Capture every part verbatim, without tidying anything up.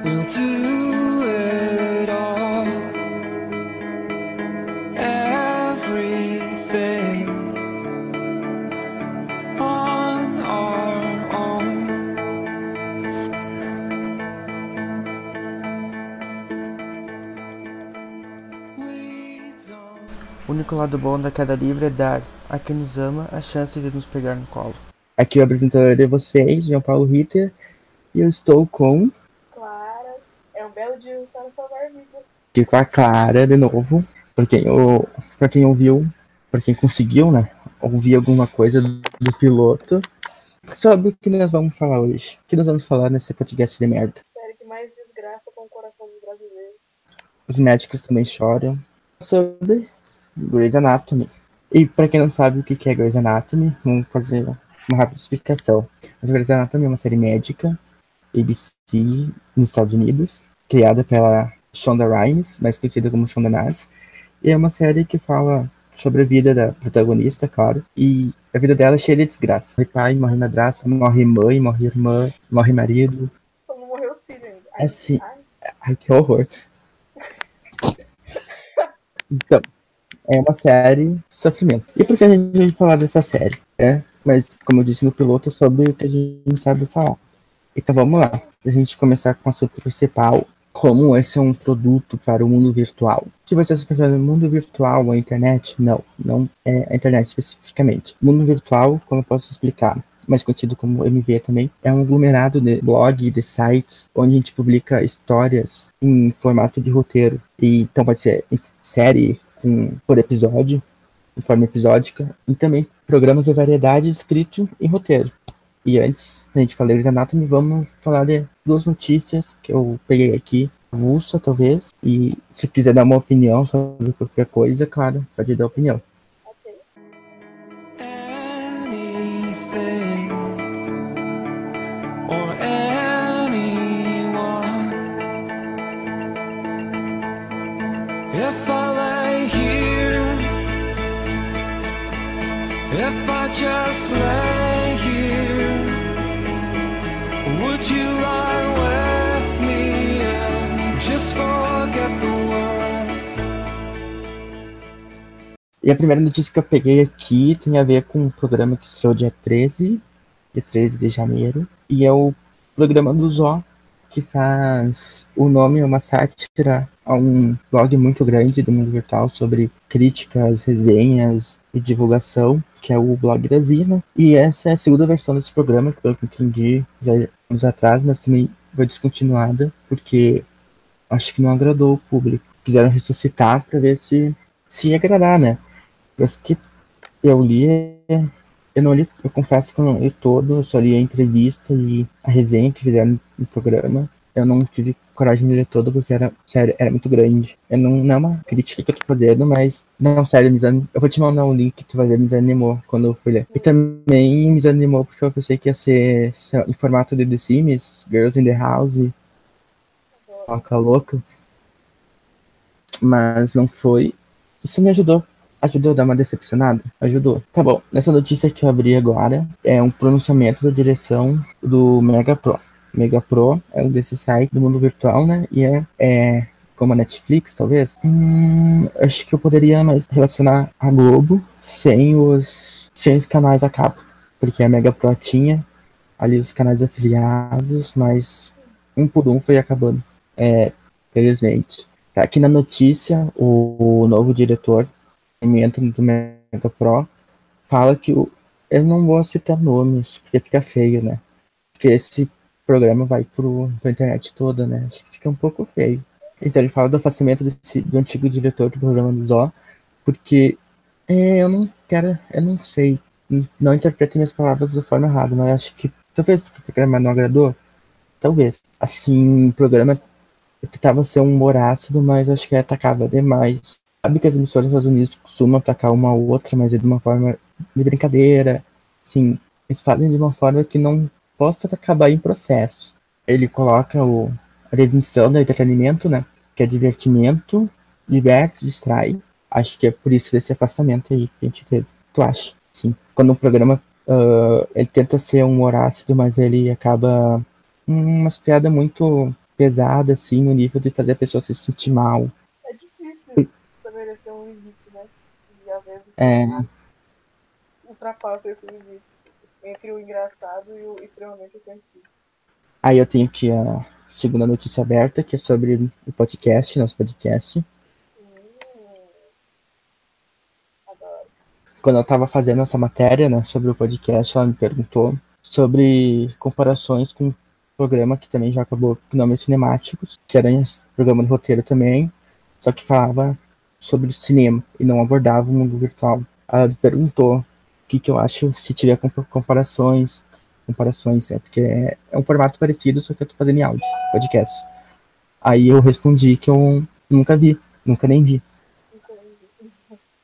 We'll do it all. Everything on our own. We don't. O único lado bom da queda livre é dar a quem nos ama a chance de nos pegar no colo. Aqui o apresentador de vocês, João Paulo Ritter, e eu estou com... Clara, é um belo dia para salvar vidas. Aqui com a Clara de novo, pra quem, o, pra quem ouviu, pra quem conseguiu, né, ouvir alguma coisa do, do piloto, sobre o que nós vamos falar hoje. O que nós vamos falar nesse podcast de merda. Série que mais desgraça com o coração dos brasileiros. Os médicos também choram. Sobre Grey's Anatomy. E pra quem não sabe o que é Grey's Anatomy, vamos fazer uma rápida explicação. A Grey's Anatomy é uma série médica A B C nos Estados Unidos, criada pela Shonda Rhimes, mais conhecida como Shonda Rhimes, e é uma série que fala sobre a vida da protagonista, claro, e a vida dela é cheia de desgraça. Morre pai, morre madrasta, morre mãe, morre irmã, morre marido. Como morreu os filhos ainda. É assim. Ai, Ai, que horror. Então, é uma série de sofrimento. E por que a gente vai falar dessa série? É, mas, como eu disse no piloto, é sobre o que a gente sabe falar. Então vamos lá. A gente começar com o assunto principal. Como esse é um produto para o mundo virtual. Se você está pensando no mundo virtual, a internet, não. Não é a internet especificamente. O mundo virtual, como eu posso explicar, mais conhecido como M V também, é um aglomerado de blog, de sites, onde a gente publica histórias em formato de roteiro. E, então pode ser em série, com, por episódio, em forma episódica, e também programas de variedade escritos em roteiro. E antes, a gente falar de Grey's Anatomy, vamos falar de duas notícias que eu peguei aqui, avulsa talvez, e se quiser dar uma opinião sobre qualquer coisa, claro, pode dar opinião. ok. Anything or anyone. If I lay here, if I just lay here, would you lie with me and just forget the world? E a primeira notícia que eu peguei aqui tem a ver com um programa que estreou dia treze, dia treze de janeiro, e é o programa do Zó, que faz... O nome é uma sátira a um blog muito grande do mundo virtual sobre críticas, resenhas e divulgação, que é o blog da Zina. E essa é a segunda versão desse programa, que pelo que eu entendi já anos atrás, mas também foi descontinuada, porque acho que não agradou o público. Quiseram ressuscitar para ver se, se ia agradar, né? Mas que eu li, eu não li, eu confesso que eu não li todo, eu só li a entrevista e a resenha que fizeram no programa. Eu não tive coragem de ler todo porque era, sério, era muito grande. Eu não, não é uma crítica que eu tô fazendo, mas não, sério, me desanimou. Eu vou te mandar um link que tu vai ver, me desanimou quando eu fui ler. E também me desanimou porque eu pensei que ia ser, sei lá, em formato de The Sims, Girls in the House, Louca Louca. Mas não foi. Isso me ajudou. Ajudou a dar uma decepcionada? Ajudou. Tá bom, nessa notícia que eu abri agora, é um pronunciamento da direção do Mega Pro. Mega Pro é um desses sites do mundo virtual, né? E é, é como a Netflix, talvez. Hum, acho que eu poderia mais relacionar a Globo sem os, sem os canais a cabo. Porque a Mega Pro tinha ali os canais afiliados, mas um por um foi acabando. É, felizmente. Tá aqui na notícia, o, o novo diretor do Mega Pro fala que o, eu não vou citar nomes, porque fica feio, né? Porque esse programa vai pro, pra internet toda, né? Acho que fica um pouco feio. Então ele fala do afastamento desse, do antigo diretor do programa do Zó, porque é, eu não quero, eu não sei, não interpretem minhas palavras de forma errada, mas acho que talvez porque o programa não agradou, talvez. Assim, o programa eu tentava ser um humor ácido, mas acho que atacava demais. Sabe que as emissoras dos Estados Unidos costumam atacar uma ou outra, mas é de uma forma de brincadeira. Assim, eles fazem de uma forma que não possa acabar em processo. Ele coloca o, a definição do entretenimento, né? Que é divertimento, diverte, distrai. Acho que é por isso esse afastamento aí que a gente teve. Tu acha? Sim. Quando um programa uh, ele tenta ser um humor ácido, mas ele acaba umas piadas muito pesada, assim, no nível de fazer a pessoa se sentir mal. É difícil estabelecer um limite, né? E às vezes É, ultrapassa esse limite entre o engraçado e o extremamente ofensivo. aí eu tenho aqui a segunda notícia aberta, que é sobre o podcast, nosso podcast. Hum, adoro. Quando eu estava fazendo essa matéria, né, sobre o podcast, ela me perguntou sobre comparações com um programa que também já acabou com nomes cinemáticos, que era um programa de roteiro também, só que falava sobre cinema e não abordava o mundo virtual. Ela me perguntou o que, que eu acho se tiver compa- comparações, comparações, né, porque é, é um formato parecido, só que eu tô fazendo em áudio, podcast. Aí eu respondi que eu nunca vi, nunca nem vi. Entendi.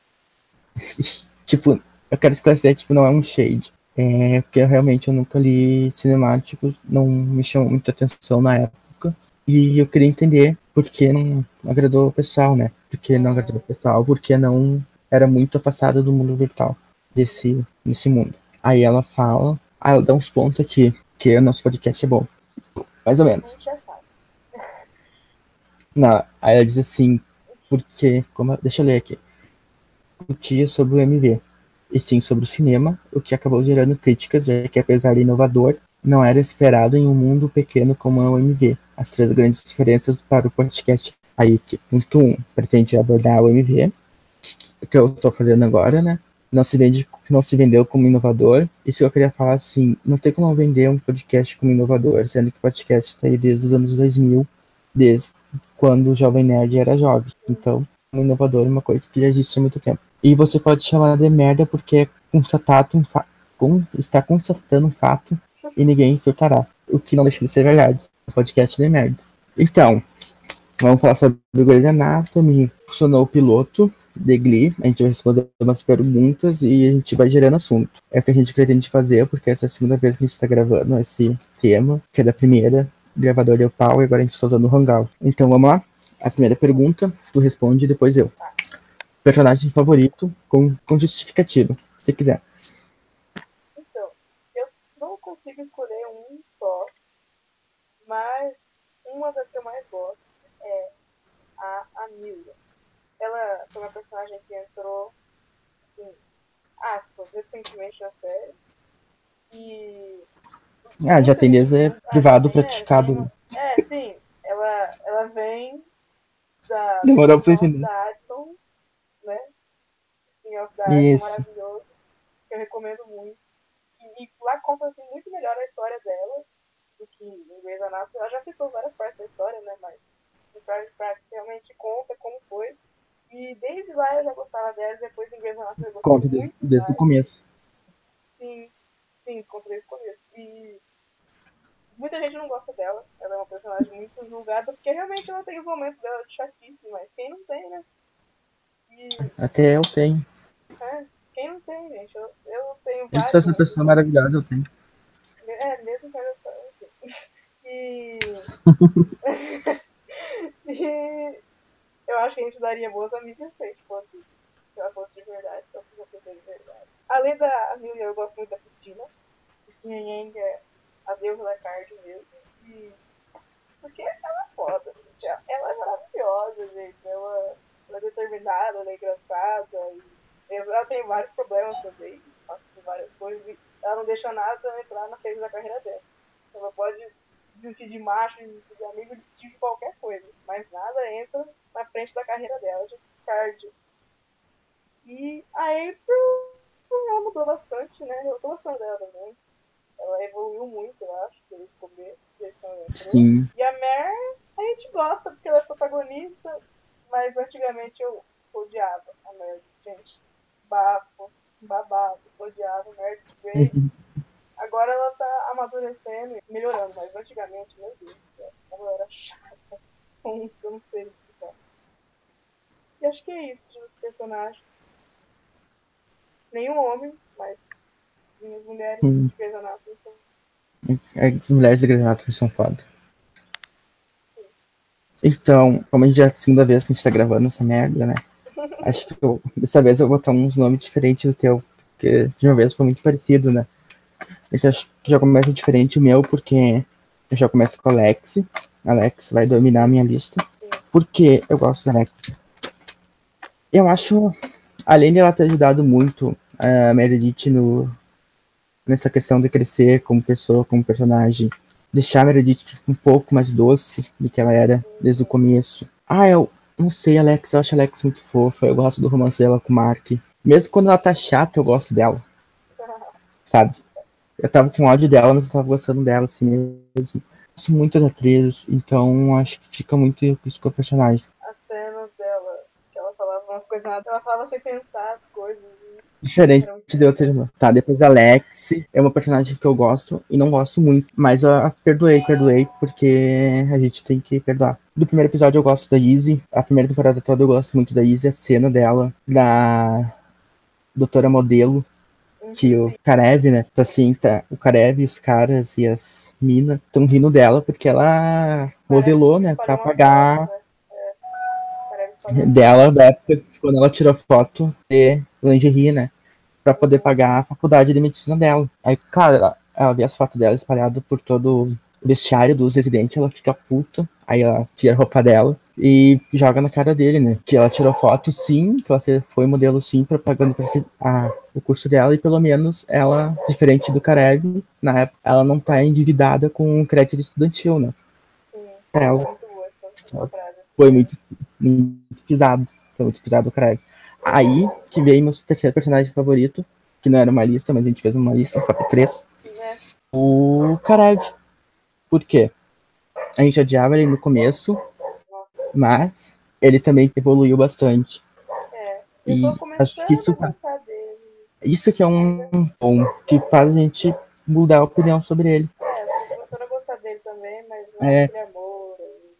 Tipo, eu quero esclarecer, tipo, não é um shade. É porque realmente eu nunca li cinemáticos, não me chamou muita atenção na época. E eu queria entender por que não agradou o pessoal, né? Por que não agradou o pessoal, porque não era muito afastado do mundo virtual, desse, desse mundo. Aí ela fala, ah, ela dá uns pontos aqui, que o nosso podcast é bom. Mais ou A menos. gente já sabe. Não, aí ela diz assim, porque, como, deixa eu ler aqui. Discutia sobre o M V, e sim sobre o cinema, o que acabou gerando críticas, já que apesar de inovador, não era esperado em um mundo pequeno como é o M V. As três grandes diferenças para o podcast. Aí, que, ponto um, pretende abordar o M V, que eu estou fazendo agora, né? Não se, vende, não se vendeu como inovador. Isso que eu queria falar, assim, não tem como vender um podcast como inovador, sendo que o podcast está aí desde os anos dois mil, desde quando o Jovem Nerd era jovem. Então, um inovador é uma coisa que já existe há muito tempo. E você pode chamar de merda porque é constatado um fa- com, está constatando um fato e ninguém surtará. O que não deixa de ser verdade. O podcast de merda. Então, vamos falar sobre o Grey's Anatomy. Funcionou o piloto de Glee. A gente vai responder umas perguntas e a gente vai gerando assunto. É o que a gente pretende fazer, porque essa é a segunda vez que a gente está gravando esse tema, que é da primeira. O gravador deu pau e agora a gente está usando o Hangout. Então vamos lá. A primeira pergunta, tu responde e depois eu. Personagem favorito com, com justificativo, se quiser. Então, eu não consigo escolher um só, mas uma das que eu mais gosto é a Amelia. Ela foi uma personagem que entrou, assim, aspas, recentemente na série. E. Ah, já tem desde Ah, privado já tem, praticado. né? Tem uma- É, sim. Ela, ela vem da, Demorou do pra spin-off entender. da Addison, né? Spin-off da Addison Isso. maravilhoso, que eu recomendo muito. E, e lá conta assim, muito melhor a história dela do que em Grey's Anatomy. Ela já citou várias partes da história, né? Mas em Private Practice realmente conta como foi. E desde lá eu já gostava dela, e depois em Grey's Anatomy eu gostei Conta desde, muito desde o mais. começo. Sim, sim, conta desde o começo. E muita gente não gosta dela. Ela é uma personagem muito julgada, porque realmente ela tem os momentos dela de chatice, mas quem não tem, né? E, Até eu tenho. é, quem não tem, gente? Eu, eu tenho Mesmo se vários essa momentos. pessoa maravilhosa, eu tenho. É, mesmo que ela só. Enfim. E. E eu acho que a gente daria boas amigas se a gente fosse, se ela fosse de verdade, se ela fosse uma pessoa de verdade. Além da Amelia, eu gosto muito da Cristina. Cristina Yang é a deusa da card mesmo. E porque ela é foda, gente. Ela é maravilhosa, gente. Ela, ela é determinada, ela é engraçada. E ela tem vários problemas também. Passa por várias coisas. E ela não deixa nada entrar na frente da carreira dela. Ela pode desistir de macho, desistir de amigo, desistir de qualquer coisa. Mas nada entra na frente da carreira dela de cardio. E a April, ela mudou bastante, né? Eu tô gostando dela também. Ela evoluiu muito, eu acho, desde o começo, desde quando ela entrou. Sim. E a Mare, a gente gosta porque ela é protagonista, mas antigamente eu odiava a Mare, gente. Bafo, babado, odiava a Mare de Grey. Agora ela tá amadurecendo e melhorando, mas antigamente, meu Deus do céu, ela era chata, sonsa, eu não sei explicar. E acho que é isso dos personagens. Nenhum homem, mas minhas mulheres Hum. de Grey's Anatomy são. As mulheres de Grey's Anatomy são foda. Então, como a gente já é a segunda vez que a gente tá gravando essa merda, né? Acho que eu, dessa vez eu vou botar uns nomes diferentes do teu, porque de uma vez foi muito parecido, né? Então acho que já começa diferente o meu, porque eu já começo com a Lexi, Alex vai dominar a minha lista. Porque eu gosto da Alex. Eu acho, além de ela ter ajudado muito a Meredith no, nessa questão de crescer como pessoa, como personagem, deixar a Meredith um pouco mais doce do que ela era desde o começo. Ah, eu não sei, Alex, eu acho a Alex muito fofa, eu gosto do romance dela com o Mark. Mesmo quando ela tá chata, eu gosto dela, sabe? Eu tava com ódio dela, mas eu tava gostando dela assim mesmo. Gosto muito da atriz, então acho que fica muito isso com o personagem. As cenas dela, que ela falava umas coisas nada, ela falava sem pensar as coisas. Diferente Era muito de outra irmã. Tá, depois a Alex é uma personagem que eu gosto e não gosto muito. Mas eu a perdoei, perdoei, porque a gente tem que perdoar. Do primeiro episódio eu gosto da Izzy. A primeira temporada toda eu gosto muito da Izzy. A cena dela, da Doutora Modelo, que o Karev, né? Tá assim, tá. O Karev, os caras e as minas estão rindo dela porque ela modelou, né? Pra pagar dela da época quando ela tirou foto de lingerie, né? Pra poder pagar a faculdade de medicina dela. Aí, claro, ela, ela vê as fotos dela espalhadas por todo o vestiário dos residentes, ela fica puta. Aí ela tira a roupa dela e joga na cara dele, né? Que ela tirou foto sim, que ela fez, foi modelo sim, propagando a, o curso dela, e pelo menos ela, diferente do Karev, na época, ela não tá endividada com o crédito estudantil, né? Sim, ela, muito boa essa, essa frase. Foi muito, muito pisado, foi muito pisado o Karev. Aí que veio meu terceiro personagem favorito, que não era uma lista, mas a gente fez uma lista, top três. É. O Karev. Por quê? A gente odiava ele no começo, mas ele também evoluiu bastante. É, e acho que isso, dele. isso que é um bom, que faz a gente mudar a opinião sobre ele. É, eu tô começando a gostar dele também, mas não é aquele amor.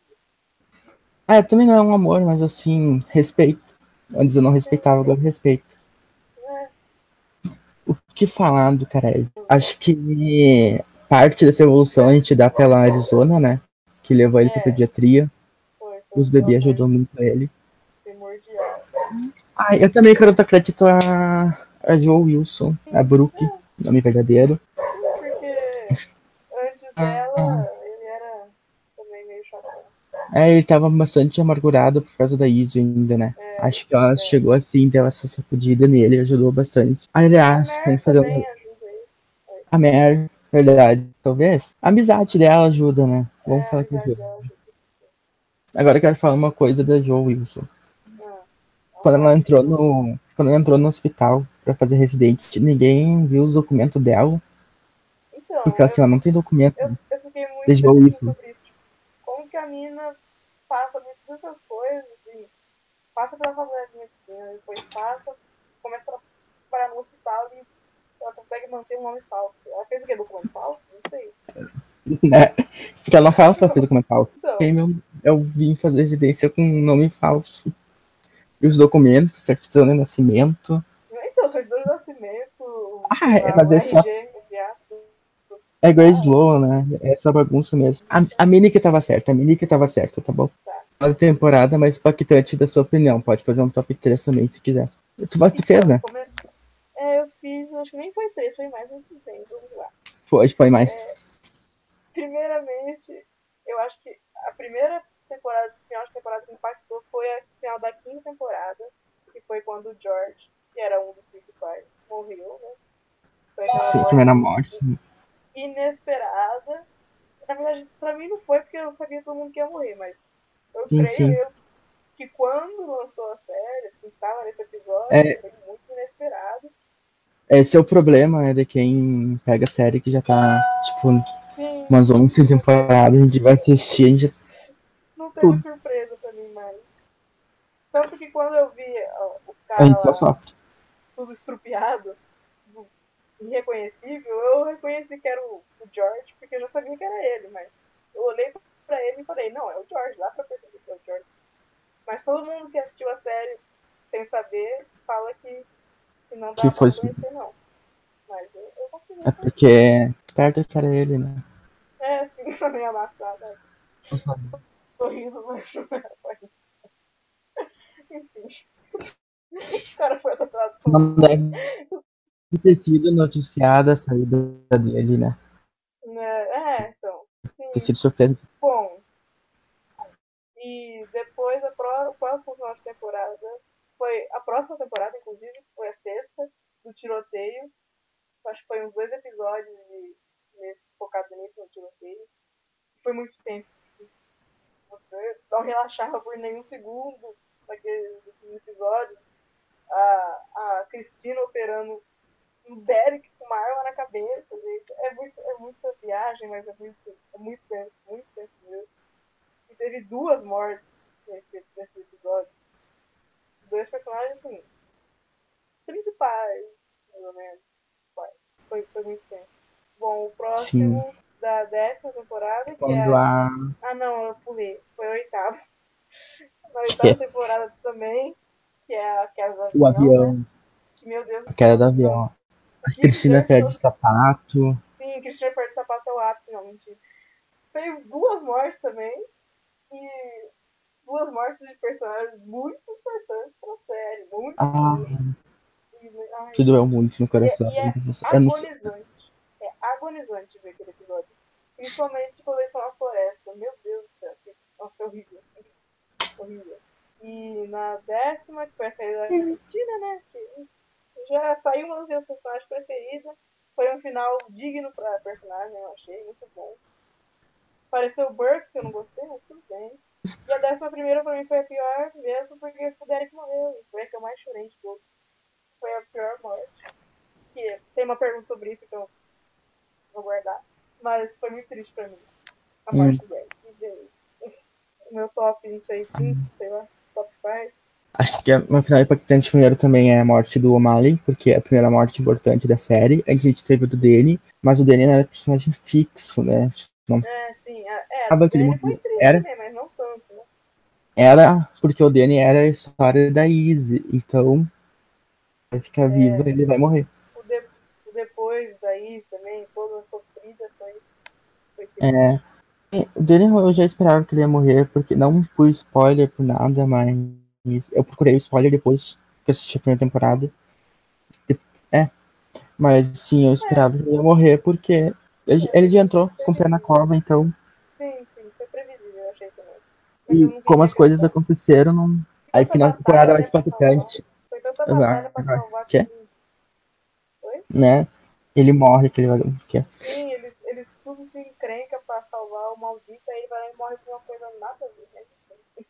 Ah, também não é um amor, mas assim, respeito. Antes eu não respeitava, agora eu respeito. É. O que falar do Karev? Acho que parte dessa evolução a gente dá pela Arizona, né? Que levou ele é. pra pediatria. Foi, foi Os bebês ajudou muito ele. Primordial. Ah, eu também quero dar crédito a, a Joe Wilson, a Brooke, é. nome verdadeiro. Porque antes dela, ah. ele era também meio chatão. É, ele tava bastante amargurado por causa da Izzy ainda, né? É, Acho que ela é. chegou assim, deu essa sacudida nele e ajudou bastante. Aliás, tem que fazer um... A Mer, verdade, talvez. A amizade dela ajuda, né? Vamos é, falar que ajuda. ajuda. Agora eu quero falar uma coisa da Joe Wilson. Ah. Quando ela entrou no... Quando ela entrou no hospital pra fazer residente, ninguém viu os documentos dela. Então, porque assim, eu, ela não tem documento. Eu, eu fiquei muito pensando sobre isso. Como que a mina passa por todas essas coisas, assim, passa pela faculdade de medicina, depois passa, começa a trabalhar no hospital e ela consegue manter um nome falso. Ela fez o quê? Documento falso? Não sei. É, porque ela não fala que ela fez documento falso. Então, eu, eu vim fazer residência com um nome falso. E os documentos, certidão de nascimento. Então, certidão de nascimento. Ah, é, mas é só. É Grace Sloan, né? É essa bagunça mesmo. A, a Mini que tava certa, a Mini que tava certa, tá bom? Tá. Temporada mais impactante da sua opinião. Pode fazer um top três também, se quiser. Tu, tu fez, né? É, eu fiz, acho que nem foi três, foi mais um que tem, vamos lá. Foi, foi mais. É, primeiramente, eu acho que a primeira temporada, final de temporada que impactou foi a final da quinta temporada, que foi quando o George, que era um dos principais, morreu, né? Foi Sim, primeira morte. Inesperada. Na verdade, pra mim não foi porque eu sabia todo mundo que ia morrer, mas eu sim, creio sim. Eu, que quando lançou a série, que tava nesse episódio, é, foi muito inesperado. Esse é o problema, né, de quem pega a série que já tá, tipo, sim, umas onze temporadas, a gente vai assistir, a gente... Não teve Tudo. surpresa pra mim mais. Tanto que quando eu vi ó, o cara lá, sofre. tudo estrupiado, irreconhecível, eu reconheci que era o, o George, porque eu já sabia que era ele, mas eu olhei pra ele e falei, não, é o George, lá pra perceber que é o George. Mas todo mundo que assistiu a série sem saber, fala que, que não dá que pra foi... reconhecer, não. Mas eu, eu consegui. É porque perto que era ele, né? É, sim, foi meio amassada. Tô rindo, mas não era isso. Enfim. O cara foi atropelado por... Não deve ter sido noticiada a saída dele, né? É, então. Sim. Ter sido surpresa. Bom, próxima temporada, inclusive, que foi a sexta, do tiroteio. Acho que foi uns dois episódios de, nesse, focado nisso, no tiroteio. Foi muito tenso. Você não relaxava por nenhum segundo naqueles episódios. A, a Cristina operando o Derek com uma arma na cabeça. Gente. É, muito, é muita viagem, mas é muito, é muito tenso, muito tenso mesmo. E teve duas mortes nesse, nesse episódio. Dois personagens, assim, principais, mais ou menos. Foi, foi muito tenso. Bom, o próximo Sim. da décima temporada, que Quando é... A... Ah, não, eu pulei. Foi a oitava. Na oitava temporada também, que é a queda do avião, o avião. né? Que, meu Deus do A queda céu. do avião. A Que Cristina perde o sapato. Sim, Cristina perde o sapato é o ápice, não, mentira. Teve duas mortes também. E duas mortes de personagens muito importantes pra série. Muito Ah, e, ai, que doeu muito no coração. E, e é agonizante. É agonizante ver aquele episódio. Principalmente quando eles estão na floresta. Meu Deus do céu. Nossa, é horrível. Horrível. E na décima, que foi a saída da Cristina, né? Que já saiu uma das minhas personagens preferidas. Foi um final digno pra personagem, eu achei. Muito bom. Apareceu o Burke, que eu não gostei, mas tudo bem. E a décima primeira pra mim foi a pior mesmo, porque o Derek morreu. E foi a que eu mais chorei de todos. Foi a pior morte. Que tem uma pergunta sobre isso que eu vou guardar. Mas foi muito triste pra mim. A morte hum. do Derek. Meu top, não sei, cinco, sei lá, top cinco. Acho que uma final impactante primeiro também é a morte do O'Malley, porque é a primeira morte importante da série. Antes a gente teve o do Danny, mas o Danny não era personagem fixo, né? Não... É, sim. É, é o Danny foi triste, era... né? Mas não tanto, né? Era porque o Danny era a história da Izzy, então vai ficar é, vivo e ele vai morrer. O, de... o depois da Izzy também, toda a sofrida foi... foi é... O Danny eu já esperava que ele ia morrer, porque não por spoiler, por nada, mas eu procurei o spoiler depois que eu assisti a primeira temporada. É, mas sim, eu esperava é. que ele ia morrer, porque ele, é, ele já entrou com o pé na cova, então... Sim, sim, foi previsível, eu achei também. E como as coisas aconteceram, não... aí final da temporada mais impactante. Foi tanta batalha pra salvar que... Oi? Né? Ele morre, aquele que... Sim, eles, eles tudo se encrenca pra salvar o maldito, aí ele vai lá e morre por uma coisa nada a ver, né?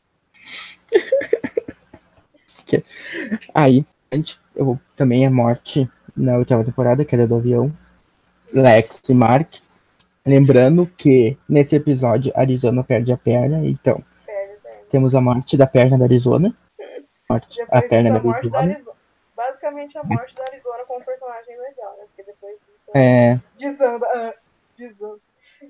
que... Aí, eu também a morte na oitava temporada, que era do avião, Lex e Mark. Lembrando que nesse episódio a Arizona perde a perna, então perde a perna. Temos a morte da perna da Arizona. Morte, a perna da morte Arizona. da Arizona. Basicamente a morte da Arizona com um personagem legal, né? Porque depois disso, é... desanda. Uh, desanda.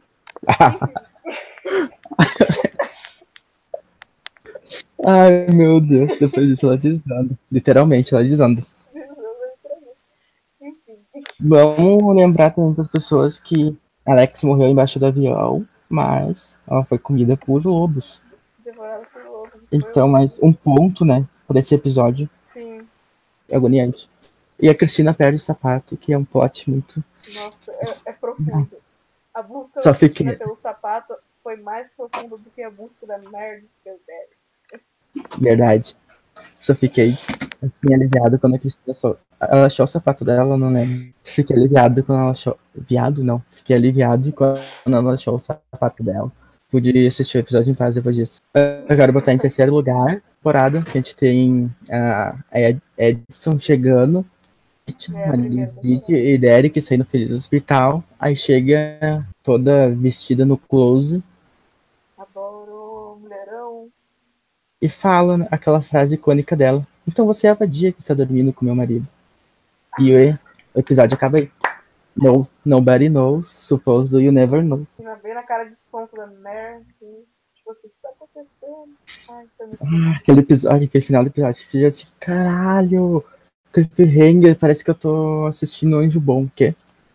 Ai, meu Deus, depois disso ela desanda. Literalmente, ela desanda. Vamos lembrar também para as pessoas que Alex morreu embaixo do avião, mas ela foi comida por lobos. Por lobos. Então, mais um ponto, né, para esse episódio. Sim. É agoniante. E a Cristina perde o sapato, que é um plot muito... Nossa, é, é profundo. A busca Só da Cristina fiquei... pelo sapato foi mais profunda do que a busca da Mary pelo Derek. Verdade. Só fiquei assim, aliviado quando a Cristina só... Ela achou o sapato dela, não lembro. Fiquei aliviado quando ela achou... Viado, não. Fiquei aliviado quando ela achou o sapato dela. Pude assistir o episódio em paz depois disso. Eu quero botar em terceiro lugar, temporada, que a gente tem a Edson chegando, é, a Lizzie e Derek saindo feliz do hospital. Aí chega toda vestida no close. Adoro, mulherão. E fala aquela frase icônica dela. Então você é a vadia que está dormindo com meu marido. E o, o episódio acaba aí. No, nobody knows, suppose you never know. Bem na cara de sonso da Mary. Tipo, o que está acontecendo? Ai, tá muito ah, aquele episódio, aquele final do episódio. Você já assim, caralho, cliffhanger, parece que eu tô assistindo um Anjo Bom, o quê?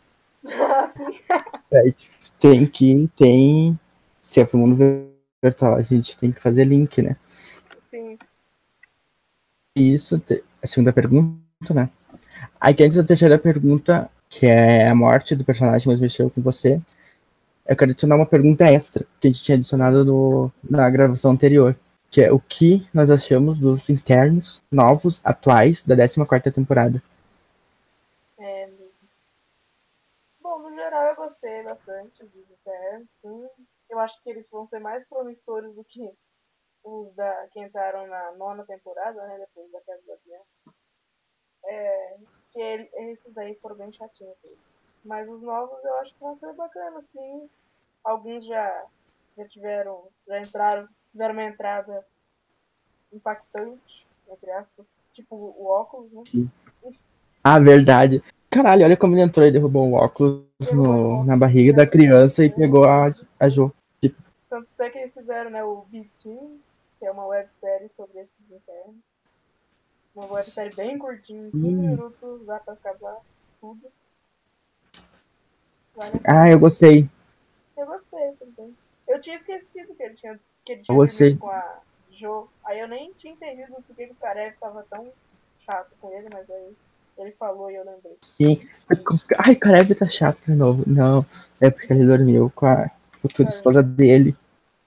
é, tem que, tem... Se é pro mundo virtual, a gente tem que fazer link, né? Sim. Isso, a segunda pergunta, né? Aí antes da terceira pergunta, que é a morte do personagem, mas mexeu com você, eu quero adicionar uma pergunta extra, que a gente tinha adicionado no, na gravação anterior, que é o que nós achamos dos internos novos, atuais, da décima quarta temporada. É mesmo. Bom, no geral eu gostei bastante dos internos, sim. Eu acho que eles vão ser mais promissores do que os da, que entraram na nona temporada, né? Depois da queda do avião. É, que ele, esses daí foram bem chatinhos. Mas os novos eu acho que vão ser bacanas, sim. Alguns já, já tiveram, já entraram, tiveram uma entrada impactante, entre aspas, tipo o óculos, né? Ah, verdade. Caralho, olha como ele entrou e derrubou o óculos Derrubou o no, óculos, na barriga da né? criança e pegou a, a Jo. Tipo, Tanto até que eles fizeram, né, o B-Team, que é uma websérie sobre esses internos. Uma websérie bem curtinha, quinze hum. minutos, dá pra acabar tudo. Vale a Ah, pena. eu gostei. Eu gostei também. Eu tinha esquecido que ele tinha, que ele Eu tinha dormido gostei. com a Jo. Aí eu nem tinha entendido por que o Karev tava tão chato com ele, mas aí ele falou e eu lembrei. Sim. Ai, Caleb tá chato de novo. Não, é porque ele dormiu com a futura esposa dele.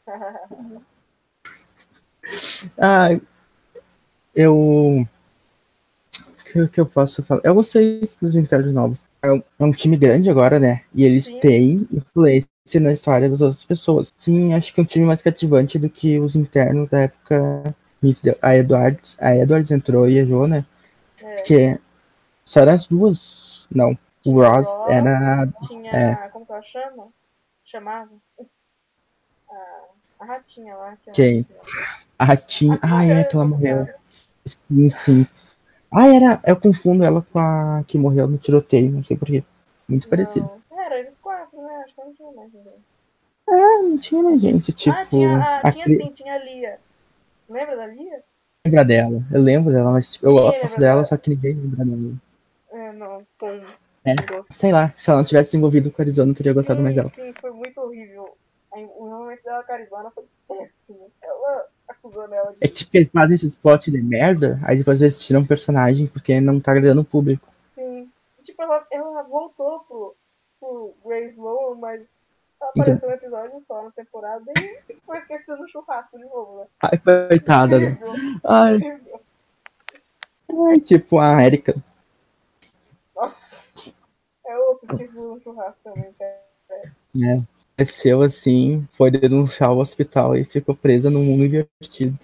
Ah, eu. O que, que eu posso falar? Eu gostei dos internos novos. É um, é um time grande agora, né? E eles Sim, têm influência na história das outras pessoas. Sim, acho que é um time mais cativante do que os internos da época. A Edwards, a Edwards entrou e a Jo, né? é. Porque só eram as duas. Não. O Tinha o Ross Ross, era. É, tinha. Como que ela chama? Chamava? A, a ratinha lá, que eu não quem? sei. A A Ratinha. que Ah, morreu é em que ela último morreu. episódio. Sim, sim. Ah, era. Eu confundo ela com a que morreu no tiroteio, não sei porquê. Muito parecido. Não. Era eles quatro, né? Acho que não tinha mais ninguém. Ah, não tinha mais gente, Ah, tinha, tipo. ah, A tinha Cri... sim, tinha a Lia. Lembra da Lia? lembra dela. Eu lembro dela, mas tipo, eu Ninguém gosto lembra dela, da. só que ninguém lembra dela. É, não, com É. gosto. Sei lá, se ela não tivesse se envolvido com a Arizona, eu teria gostado mais Sim, dela. sim, foi muito horrível. Aí, o momento dela carisma foi péssimo. Ela acusando ela É de. tipo que eles fazem esse spot de merda, aí depois eles tiram um personagem porque não tá agradando o público. Sim. Tipo, ela, ela voltou pro, pro Grace Lowe, mas ela Então, apareceu um episódio só na temporada e foi esquecida no churrasco de novo, né? ai, coitada, né? Incrível, Ai, incrível. ai, tipo a Erika. Nossa, é outro esquecido no churrasco também, cara. Né? Desceu assim, foi denunciar o hospital e ficou presa num mundo invertido.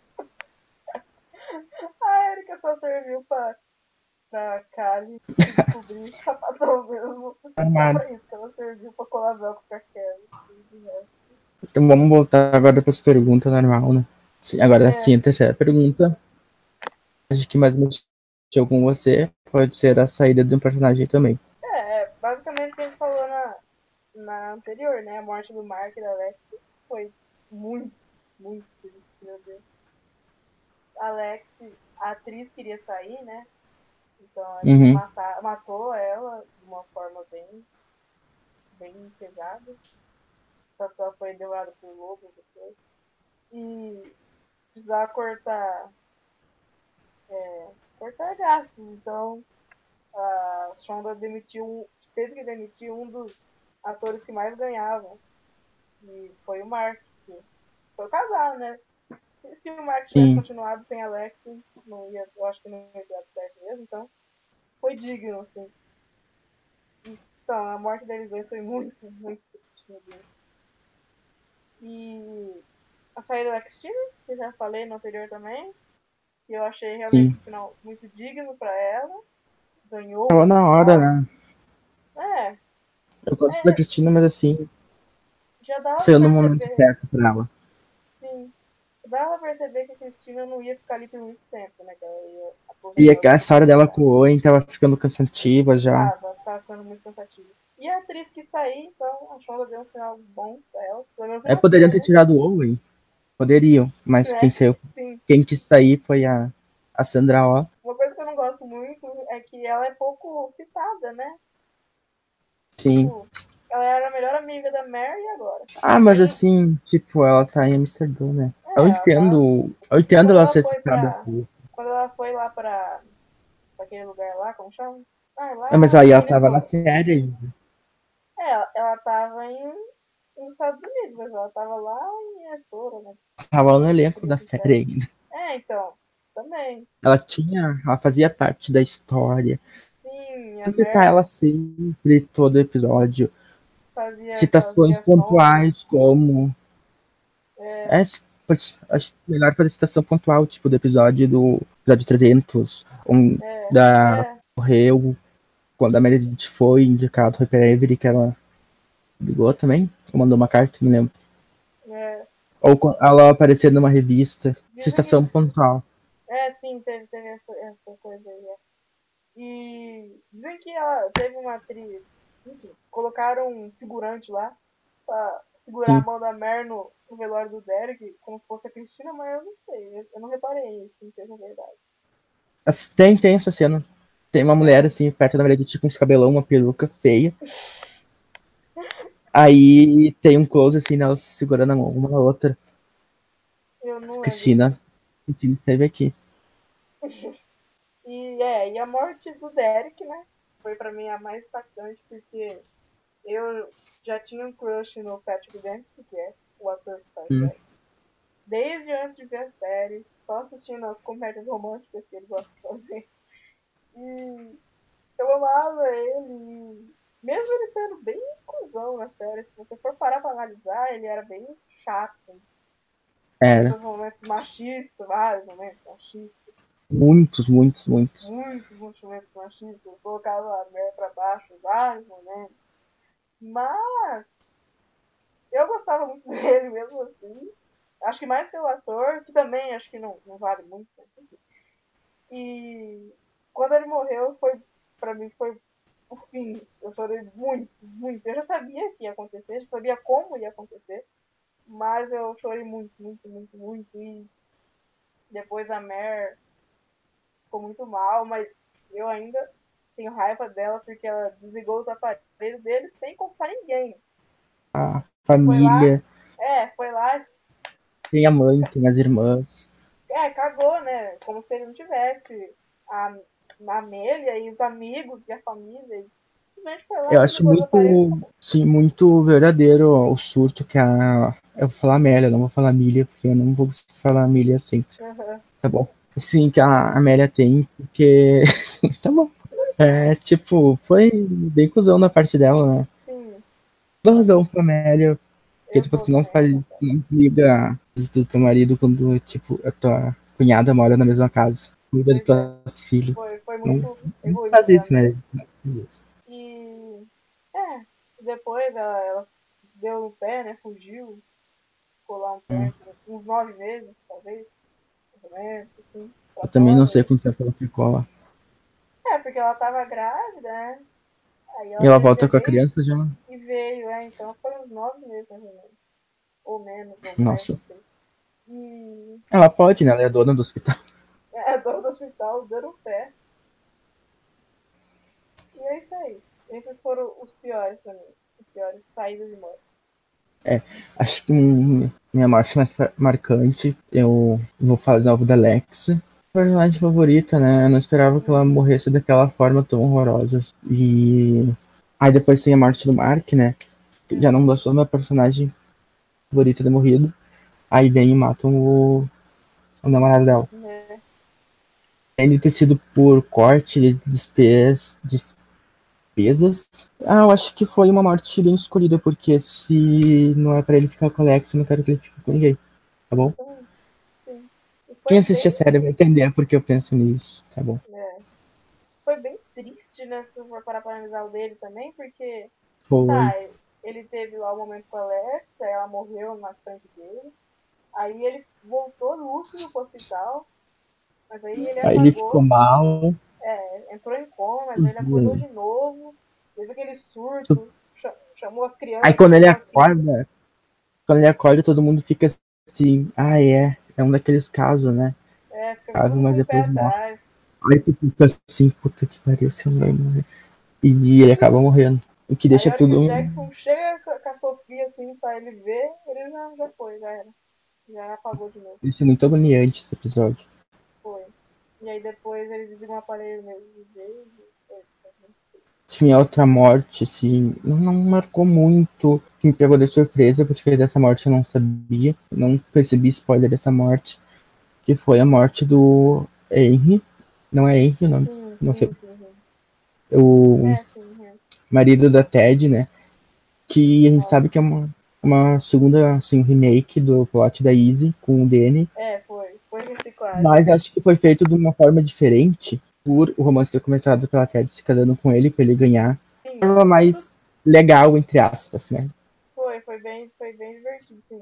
A Erika só serviu pra, pra Kali se descobrir sapatão mesmo. Só Armado. pra isso que ela serviu pra colar velcro com a Kelly. Então vamos voltar agora para as perguntas normal, né? Sim, agora É, sim, a terceira pergunta. Acho que mais mexeu com você pode ser a saída de um personagem também. é, é, basicamente o que a gente falou na, na anterior, né? A morte do Mark e da Alex foi muito, muito triste, meu Deus. A Alex, a atriz queria sair, né? Então eles Uhum. matar, matou ela de uma forma bem, bem pesada. Só que ela foi devorada por lobo depois. E precisava cortar, é, cortar gastos. Então a Shonda demitiu, teve que demitir um dos atores que mais ganhavam. E foi o Mark, que foi o casal, né? Se o Mark tivesse Sim, continuado sem Alex, não ia, eu acho que não ia ter dado certo mesmo. Então foi digno, assim. Então, a morte deles dois foi muito, muito triste, meu Deus. E a saída da Cristina, que eu já falei no anterior também, que eu achei realmente sim. um final muito digno pra ela. Ganhou Tava o na hora, final. né? É, Eu gosto da é, Cristina, mas assim, já dava saiu pra no momento perceber, certo pra ela. sim. Dava pra perceber que a Cristina não ia ficar ali por muito tempo, né? Que ela ia E aposentar o a história dela personagem. com o Owen tava ficando cansativa já. Tava, tava ficando muito cansativo. E a atriz que sair, então a Shonda deu um final bom pra ela. Pelo menos É, uma poderiam ter cena, tirado o Owen. Poderiam, mas quem né? saiu, Sim. quem quis sair foi a, a Sandra Oh. Uma coisa que eu não gosto muito é que ela é pouco citada, né? Sim. Tipo, ela era a melhor amiga da Mary e agora. Ah, mas Nem, assim, tipo, ela tá em Amsterdã, né? Eu é, ela tá. entendo. Eu entendo Quando ela ela ser foi citada pra. aqui. Quando ela foi lá pra, pra aquele lugar lá, como chama? Ah, É, mas lá aí em ela tava na Minnesota. série ainda. É, ela, ela tava em. nos Estados Unidos, mas ela tava lá em Minnesota, né? Tava no elenco da série ainda. É, então, também. Ela tinha. Ela fazia parte da história. Sim, a Citar Mer ela sempre, todo episódio. fazia aquelas Citações ligações. pontuais, como. É, É, pode- acho melhor fazer citação pontual, tipo do episódio do episódio trezentos, um, é, da é, Correio, quando a Meredith foi indicado, foi pra Avery, que ela ligou também, ou mandou uma carta, não lembro. é. Ou quando ela apareceu numa revista, Dizem citação que. pontual. É, sim, teve, teve essa, essa coisa aí. É. E dizem que ela teve uma atriz. Enfim, colocaram um figurante lá pra segurar a Sim. mão da Mer no, no velório do Derek, como se fosse a Cristina, mas eu não sei. Eu, eu não reparei isso, não sei se é verdade. Tem, tem essa cena. Tem uma mulher É, assim, perto da Meredith, com esse cabelão, uma peruca feia. Aí tem um close assim, nelas segurando a mão, uma na outra. eu não lembro Cristina, disso. Cristina esteve aqui. E é, e a morte do Derek, né? Foi pra mim a mais impactante, porque eu já tinha um crush no Patrick Dempsey, que é o ator que faz Hum. Derek. Desde antes de ver a série, só assistindo as comédias românticas que ele gosta de fazer. E eu amava ele. Mesmo ele sendo bem cuzão na série, se você for parar pra analisar, ele era bem chato. Assim. Tinha Era. seus momentos machistas, vários momentos machistas. Muitos, muitos, muitos. Muitos, muitos momentos machistas. Colocava a mulher pra baixo em vários momentos. Mas eu gostava muito dele mesmo assim. Acho que mais pelo ator, que também acho que não, não vale muito. Né? E quando ele morreu, foi pra mim foi o fim. Eu chorei muito, muito. Eu já sabia que ia acontecer, já sabia como ia acontecer, mas eu chorei muito, muito, muito, muito. E depois a Mer ficou muito mal, mas eu ainda tenho raiva dela porque ela desligou os aparelhos dele sem consultar ninguém. A Foi lá, família, é, foi lá, tem a mãe, tem as irmãs. é, cagou, né? Como se ele não tivesse a, a Amélia e os amigos e a família. E simplesmente foi lá, Eu acho desligou os aparelhos e muito, acabou. sim, muito verdadeiro o surto que a. Eu vou falar Amélia, não vou falar Milha, porque eu não vou conseguir falar Milha sempre. Uhum. Tá bom. Sim, que a Amélia tem, porque. Tá bom. É, tipo, foi bem cuzão da parte dela, né? Sim, Toda razão pra Amélia, porque, eu tipo, tô você não também, eu faz. concordo. Não liga do teu marido quando, tipo, a tua cunhada mora na mesma casa. Cuida dos Pois é, teus filhos. foi, foi Não, muito não faz egoísta da isso, Amélia. né? Não faz isso. E, é, depois ela, ela deu no pé, né? Fugiu, ficou lá um Hum. tempo, uns nove meses, talvez, mais ou menos, assim, pra Eu também não fora. sei quanto tempo ela ficou lá. É, porque ela tava grávida, né? Aí E ela ela teve volta com a bebê criança já. e veio, é, então foram uns nove meses, mais ou menos. Ou menos, ou mais, Nossa. não sei. E Ela pode, né? Ela é dona do hospital. é a dona do hospital dando o pé. E é isso aí. Esses foram os piores pra mim. Os piores saídas de morte. É, acho que hum, minha morte mais marcante, eu vou falar de novo da Lex. Personagem favorita, né? Eu não esperava que ela Uhum. morresse daquela forma tão horrorosa. E aí depois tem a morte do Mark, né? Já Sim. não gostou do meu personagem favorito ter morrido. Aí vem e matam o, o namorado dela. Né? Além de ter sido por corte de despes, despesas. Ah, eu acho que foi uma morte bem escolhida, porque se não é pra ele ficar com o Alex, eu não quero que ele fique com ninguém, tá bom? Exatamente. Sim. E Quem foi assiste a bem. série vai entender porque eu penso nisso, tá bom? É, foi bem triste, né? Se for parar pra analisar o dele também, porque. Foi. Tá, ele teve lá o momento com a Alex, aí ela morreu na frente dele. Aí ele voltou lúcido pro hospital, mas aí ele Aí ele ficou apagou, mal. é, entrou em coma, mas aí ele acordou de novo, teve aquele surto, chamou as Aí crianças, quando ele chamou a filha. acorda, quando ele acorda, todo mundo fica assim, ah, é, é um daqueles casos, né? É, fica Caso, todo mas mundo pé depois morre. atrás. Aí tu fica assim, puta que pariu, seu vai morrer. E ele acaba morrendo. O que Aí deixa a hora que o tudo, Jackson chega com a Sofia assim pra ele ver, ele já, já foi, já era. Já apagou de novo. deixa muito agoniante esse episódio. Foi. E aí depois eles desligam o aparelho mesmo de vez. tinha outra morte, assim, não, não marcou muito, que me pegou de surpresa, porque dessa morte eu não sabia, não percebi spoiler dessa morte, que foi a morte do Henry, não é Henry o nome, Sim, não sei, sim, sim, sim. o É, sim, é. marido da Ted, né, que a gente sabe que é Nossa. uma, uma segunda, assim, remake do plot da Izzy com o Danny, É, foi. Foi reciclagem. mas acho que foi feito de uma forma diferente, por o romance ter começado pela Ted se casando com ele, pra ele ganhar, Sim, uma forma tudo mais legal, entre aspas, né. foi, foi bem, foi bem divertido, sim.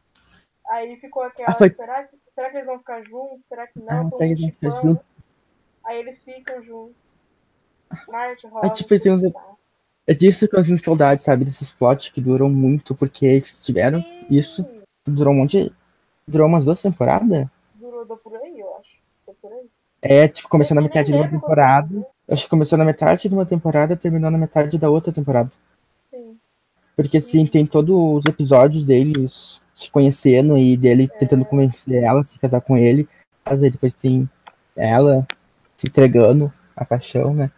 Aí ficou Ah, aquela, foi. será que, será que eles vão ficar juntos? Será que não? Ah, Todo segue mundo não ficar junto. chipando. Aí eles ficam juntos. Marty, Aí, Robin, tipo, tem tudo uns. tá. É disso que eu sinto saudade, sabe? Desses plots que duram muito, porque eles tiveram isso. Sim! Durou um monte. Durou umas duas temporadas. Durou do por aí, eu acho. Foi por aí. É, tipo, Nem- começou na Eu nem metade de uma lembro quando que temporada. acabou. Acho que começou na metade de uma temporada, terminou na metade da outra temporada. Sim. Porque, assim, E tem todos os episódios deles se conhecendo e dele tentando é, convencer ela a se casar com ele. Mas aí depois tem ela se entregando a paixão, né?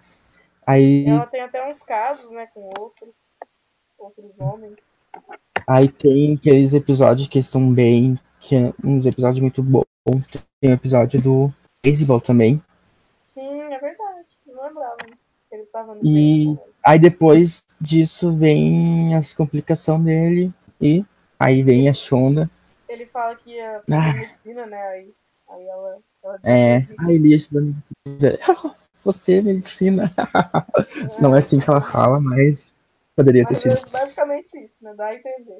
Aí ela tem até uns casos, né, com outros, outros homens. Aí tem aqueles episódios que estão bem. Que é uns episódios muito bons. Tem o episódio do beisebol também. Sim, é verdade. Não lembrava que ele tava no E beisebol. aí depois disso vem as complicações dele. E aí vem a Ele, Shonda. ele fala que ia fazer Ah, medicina, né? Aí, aí ela, ela é. desacredita. Ah, ele ia estudando medicina. Você, medicina. Não é É, assim que ela fala, mas poderia ter mas sido. é basicamente isso, né? Dá a entender.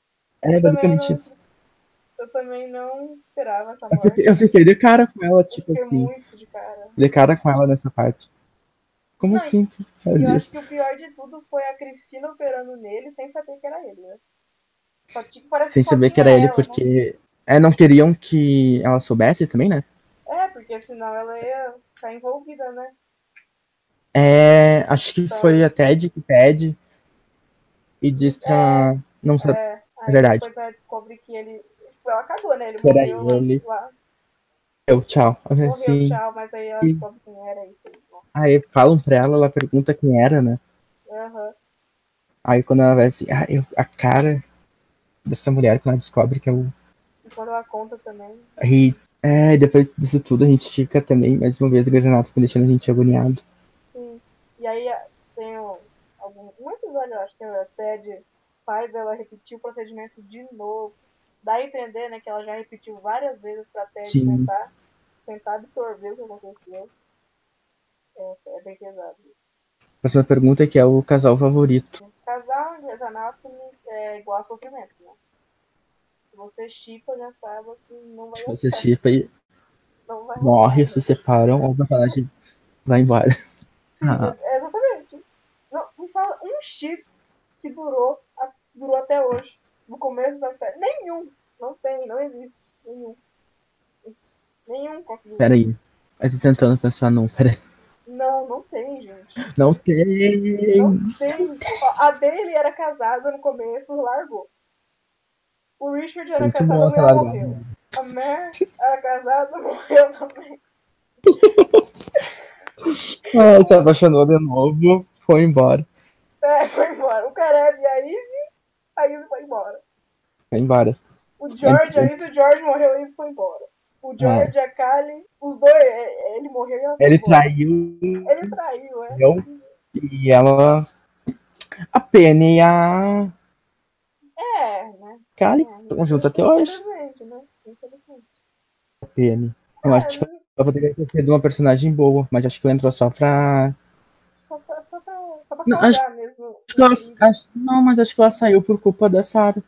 É Eu também basicamente não, isso. eu também não esperava essa Eu fiquei, morte. eu fiquei de cara com ela, Eu tipo fiquei assim. muito de cara. De cara com ela nessa parte. Como Não, e assim tu e faz eu acho isso? que o pior de tudo foi a Cristina operando nele sem saber que era ele, né? Só tinha, parece que Sem só saber que tinha era ele, ela, né? porque é, não queriam que ela soubesse também, né? É, porque senão ela ia ficar envolvida, né? É, acho que Então foi a eles. Ted que pede e diz É, pra não saber. é. É Aí verdade. depois ela descobre que ele. Tipo, ela cagou, né? Ele Que era morreu lá, ele. lá. Eu, tchau. Morreu, Assim. tchau, mas aí ela E descobre quem era e tudo. Nossa. aí falam pra ela, ela pergunta quem era, né? Aham. Aí quando ela vai assim, ah, eu, a cara dessa mulher, quando ela descobre que é o. E quando ela conta também. Aí, é, depois disso tudo a gente fica também, mais uma vez, o Granato fica deixando a gente agoniado. Sim. E aí a- tem um, algum, um episódio, eu acho, que a Ted faz ela repetir o procedimento de novo. Dá a entender, né, que ela já repetiu várias vezes pra Ted Sim. tentar, tentar absorver o que aconteceu. É, é bem pesado. Próxima pergunta que é o casal favorito. Casal em Grey's Anatomy é igual a sofrimento, né? Se você chipa, já sabe que não vai dar Você certo. chipa e Não vai rolar, morre, se gente. separam, ou o personagem vai embora. Sim, Ah, é, exatamente. Não, me fala um chip que durou, a- durou até hoje. No começo da série. Nenhum. Não tem, não existe. Nenhum. Nenhum conseguiu. peraí. Eu tô tentando pensar num, peraí. Não, não tem, gente. Não tem. Não tem. Ó, a dele era casada no começo, largou. O Richard era Muito casado, a bom ter mulher largado. morreu. A Mer era casada, morreu também. Ah, se apaixonou de novo, foi embora. É, foi embora. O Caleb e a Izzy, a Izzy foi embora. Foi embora. O Antes, George, a Izzy, o George morreu e a Izzy foi embora. O é, George, a Kylie, os dois, é, ele morreu e ela foi ele embora. traiu Ele traiu, é. eu e ela. A Penny e a É, né? Kali estão juntos até É, hoje. infelizmente, né? Infelizmente. A Penny. Eu acho É, que ela poderia ter sido uma personagem boa, mas acho que ela entrou só pra. só pra, só pra, só pra Não, acho, causar mesmo acho que ela, intriga. acho- não, mas acho que ela saiu por culpa da Sarah.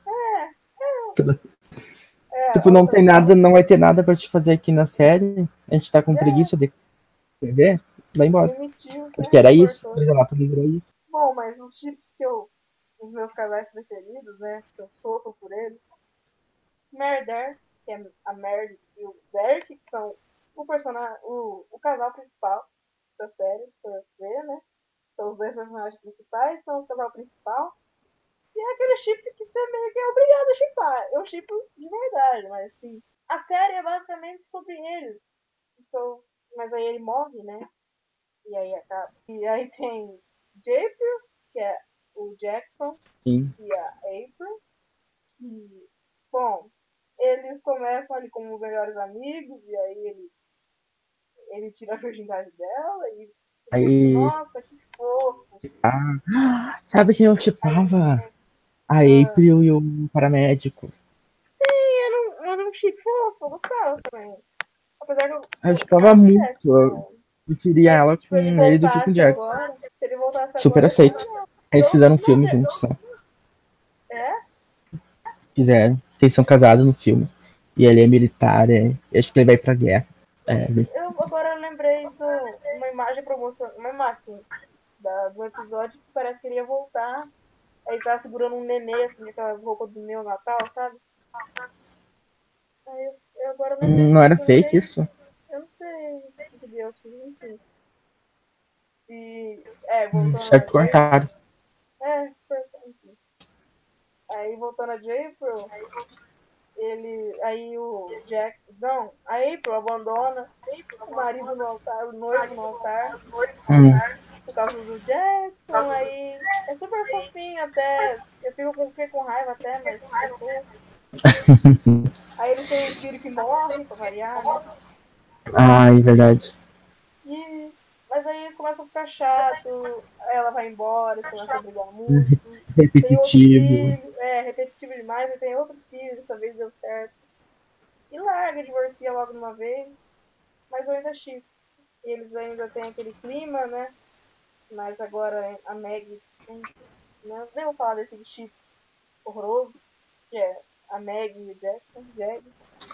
É, Tipo, a não tem outra. nada, não vai ter nada pra te fazer aqui na série. A gente tá com É, preguiça de ver, vai embora. demitiu, Porque né? era isso, Cortou. Grey's Anatomy virou isso. Bom, mas os chips que eu. Os meus casais preferidos, né? Que eu sofro por eles. Merder, que é a Mary e o Derek, que são o personagem, o, o casal principal da série, se for ver, né? São os dois personagens principais, são o casal principal. E é aquele chip que você meio que é obrigado a chipar. Eu chipo de verdade, mas assim. A série é basicamente sobre eles. Então, mas aí ele morre, né? E aí acaba. E aí tem Japril, que é o Jackson, Sim. e a April. E, bom, eles começam ali como melhores amigos, e aí eles ele tira a virgindade dela, e Aí. nossa, que fofos. Ah, sabe quem eu Aí, chipava? A ah, April e o paramédico. sim, era um, era um chip fofo, eu gostava também. Apesar que eu Eu chipava gostava do muito. Jackson, Eu né? preferia Mas se ela tipo, ele com ele do que com o voltasse Jackson. agora, se ele voltasse Super agora, eu aceito. chamaria. Eles Eu, fizeram um filme nossa, juntos, né? é? Fizeram. Eles são casados no filme. E ele é militar, é. Eu acho que ele vai pra guerra. É, ele- Eu agora lembrei de uma imagem promocional, uma imagem assim, da, do episódio que parece que ele ia voltar. Aí ele tava segurando um nenê, assim, aquelas roupas do neonatal, sabe? Aí eu, eu agora lembrei não era disso, eu fake lembrei. isso? Eu não sei o que deu, enfim. E, é, Hum, voltando a certo, J. cortaram. É, enfim. Aí voltando a April, ele. Aí o Jack. Não, a April abandona o marido no altar, o noivo no altar, Hum. por causa do Jackson. Aí é super fofinho até. Eu fico com, fiquei com raiva até, mas é fofo. Aí eles têm um filho que morre, pra variar, né? Ai, verdade. E, mas aí começa a ficar chato, ela vai embora, eles começam a brigar muito. Tem outro Repetitivo. filho, é repetitivo demais, e tem outro filho, dessa vez deu certo. E larga, divorcia logo de uma vez, mas eu ainda chico. E eles ainda têm aquele clima, né? Mas agora a Meg, né? Nem vou falar desse chip horroroso, que é a Meg e o Jackson, Jag.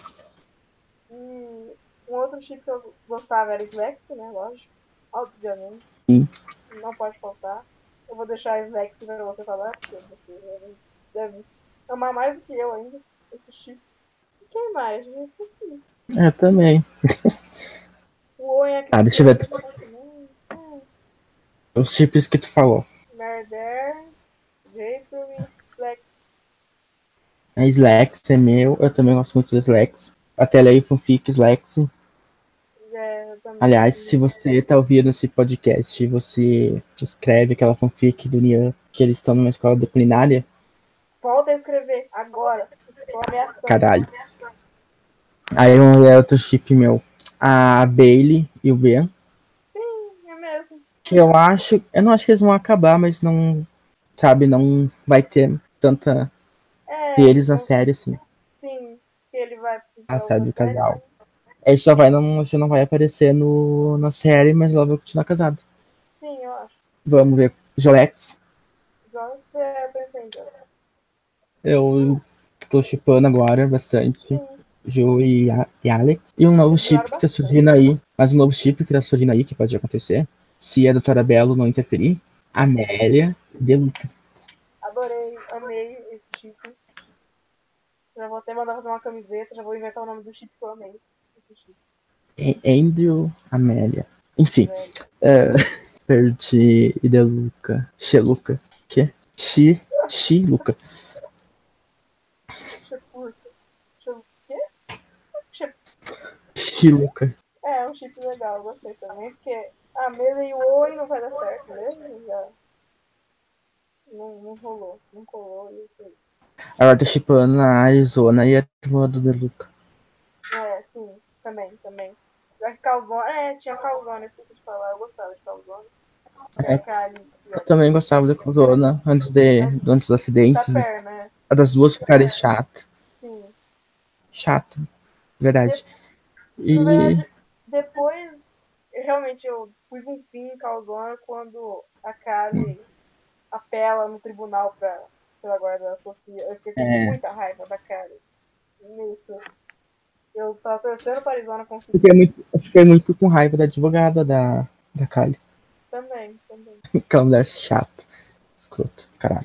E um outro chip que eu gostava era Slex, né? Lógico, obviamente. Sim. Não pode faltar. Eu vou deixar a Slex para você falar, porque você deve amar mais do que eu ainda, esse chip. E quem mais? Eu esqueci. Eu também. O Owen é Ah, deixa eu ver. Cristiano, também. É. Os chips que tu falou. Merder, Jacob e Slex. A Slex é meu. Eu também gosto muito do Slex. Até aí, fanfic Slex. É, também, Aliás, se também. você tá ouvindo esse podcast e você escreve aquela fanfic do Nian que eles estão numa escola de culinária, Volta a escrever, agora. Estou ameaçando. caralho. Aí um é outro chip meu. A Bailey e o Ben. Sim, é mesmo. Que eu acho. Eu não acho que eles vão acabar, mas não. Sabe, não vai ter tanta É, deles na eu, série, assim. sim, que ele vai Ah, pra outra sabe, o série, né? casal. Ele só vai não, você não vai aparecer no, na série, mas ela vai continuar casado. Sim, eu acho. Vamos ver. Jolex. Igual você é pretendendo. Eu tô shippando agora bastante. Sim, Jo e, a, e Alex. E um novo eles duraram chip que tá bastante. surgindo aí. Mas um novo chip que tá surgindo aí, que pode acontecer. Se a doutora Belo não interferir. Amélia. Deluca. Adorei, amei esse chip. Já vou até mandar fazer uma camiseta, já vou inventar o nome do chip que eu amei. Esse chip, Andrew. Amélia. Enfim. velho. É, perdi. E Deluca. Xeluca. Que? Xi. Xi. Luca. Chepurca. Chep... Quê? Chep... Xiluca. É, é um chip legal, eu gostei também, porque a mesa e o oi não vai dar certo mesmo, já não, não rolou, não colou, e isso aí. Agora tô shippando a Arizona e a turma do Deluca. É, sim, também, também. Já que Calzone, é, tinha Calzone, esqueci de falar, eu gostava de Calzone. E a É, Kali, eu também gostava da Cozona antes, de, antes dos da acidentes. perna, né? A das duas ficarem chato. Sim. Chato, verdade. De, na E verdade, depois, eu, realmente, eu pus um fim em Calzone quando a Kali apela no tribunal pra, pela guarda da Sofia. Eu fiquei com é, muita raiva da Kali nisso. Eu tava torcendo pra Arizona fiquei, conseguir. muito, eu fiquei muito com raiva da advogada da, da Kylie. Também, também. Aquela mulher chata. Escroto, caralho.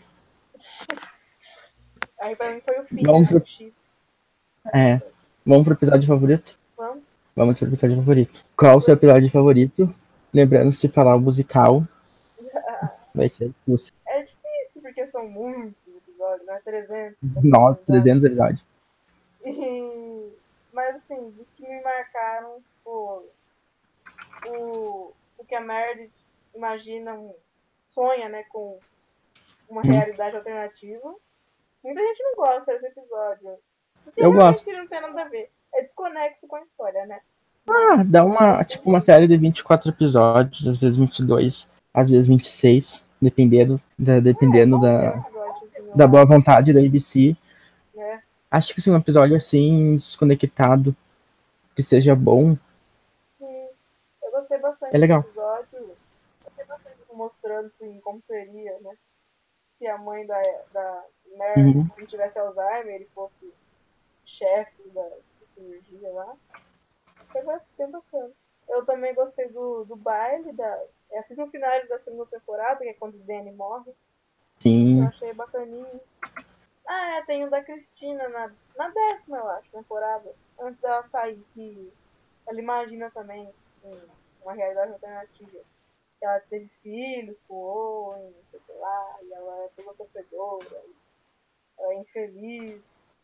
Aí pra mim foi o fim, Vamos né, pro, do chip. é, vamos pro episódio favorito? Vamos. Vamos pro episódio favorito. Qual o seu episódio favorito? Lembrando, se falar o musical, vai ser os É difícil, porque são muitos episódios, né? trezentos, pra ser mais nove, exato. trezentos episódios. E... Mas, assim, dos que me marcaram foram o, o que a Meredith imagina um sonha, né, com uma Hum. realidade alternativa. Muita gente não gosta desse episódio. Porque Eu realmente gosto. não tem nada a ver. É desconexo com a história, né? Ah, Mas dá uma, tipo, uma série de vinte e quatro episódios, às vezes vinte e dois, às vezes vinte e seis, dependendo da, é, é dependendo bom ter um da, episódiozinho da lá, boa vontade da A B C. né? Acho que se um episódio assim, desconectado, que seja bom, Sim, eu gostei é bastante desse legal. episódio, mostrando assim, como seria, né? Se a mãe da, da Mer Uhum. não tivesse Alzheimer, ele fosse chefe da, da cirurgia lá. Foi bem bacana. Eu também gostei do, do baile, da, é assim no final da segunda temporada, que é quando o Danny morre. Eu Sim, achei bacaninho. Ah, é, tem o da Cristina na, na décima, eu acho, temporada. Antes dela sair, que ela imagina também um, uma realidade alternativa. Ela teve filho com o Owen, não sei o que lá, e ela é toda sofredora, e ela é infeliz.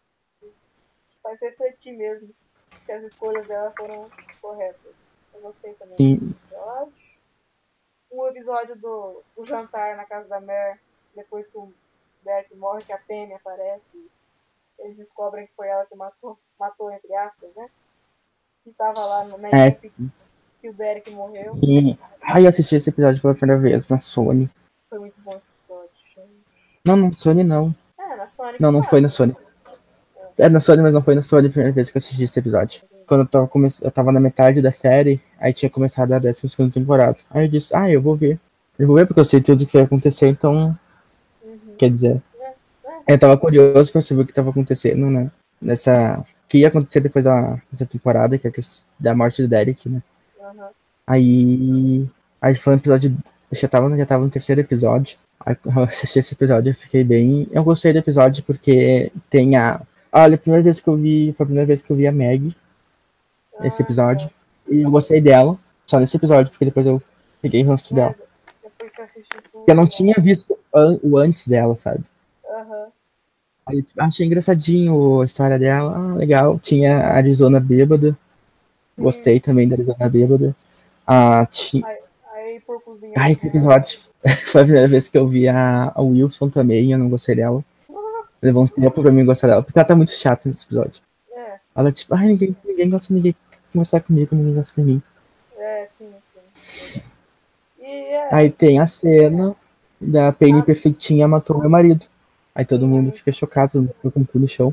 Faz refletir mesmo que as escolhas dela foram corretas. Eu gostei também desse sim. episódio. Um episódio do, do jantar na casa da Mer, depois que o Derek morre, que a Penny aparece. Eles descobrem que foi ela que matou, matou entre aspas, né? Que tava lá na É, equipe que o Derek morreu. sim. Ai, eu assisti esse episódio pela primeira vez na Sony. Foi muito bom esse episódio, gente. Não, não, Sony não. É, na Sony que Não, não foi na passa. Sony. É na Sony, mas não foi na Sony a primeira vez que eu assisti esse episódio. Quando eu tava, come... eu tava na metade da série, aí tinha começado a décima segunda temporada. Aí eu disse, ah, eu vou ver. Eu vou ver porque eu sei tudo que vai acontecer, então. Uhum. Quer dizer. É, é. Eu tava curioso pra saber o que tava acontecendo, né? Nessa. O que ia acontecer depois da, dessa temporada, que é da morte do Derek, né? Uhum. Aí. Aí foi um episódio. Eu já tava, já tava no terceiro episódio. Aí eu assisti esse episódio e fiquei bem. Eu gostei do episódio porque tem a. Olha, a primeira vez que eu vi. Foi a primeira vez que eu vi a Maggie nesse Ah, episódio. legal. E eu gostei dela. Só nesse episódio, porque depois eu peguei o ranço dela. É, depois você assistiu tudo. Porque eu não tinha visto an- o antes dela, sabe? Aham. Aí tipo, achei engraçadinho a história dela. Ah, legal. Tinha a Arizona bêbada. Sim. Gostei também da Arizona bêbada. Ah, ti... Aí, aí por cozinha. ah, esse episódio foi a primeira vez que eu vi a, a Wilson também. Eu não gostei dela. Levou um tempo pra mim gostar dela. Porque ela tá muito chata nesse episódio. É, Ela tipo, ai, ninguém, ninguém gosta, ninguém quer conversar comigo, ninguém gosta de mim. é, sim, sim. E é. Aí tem a cena da Penny Ah. perfeitinha matou meu marido. Aí todo Sim, mundo é. fica chocado, todo mundo fica com o cu no chão.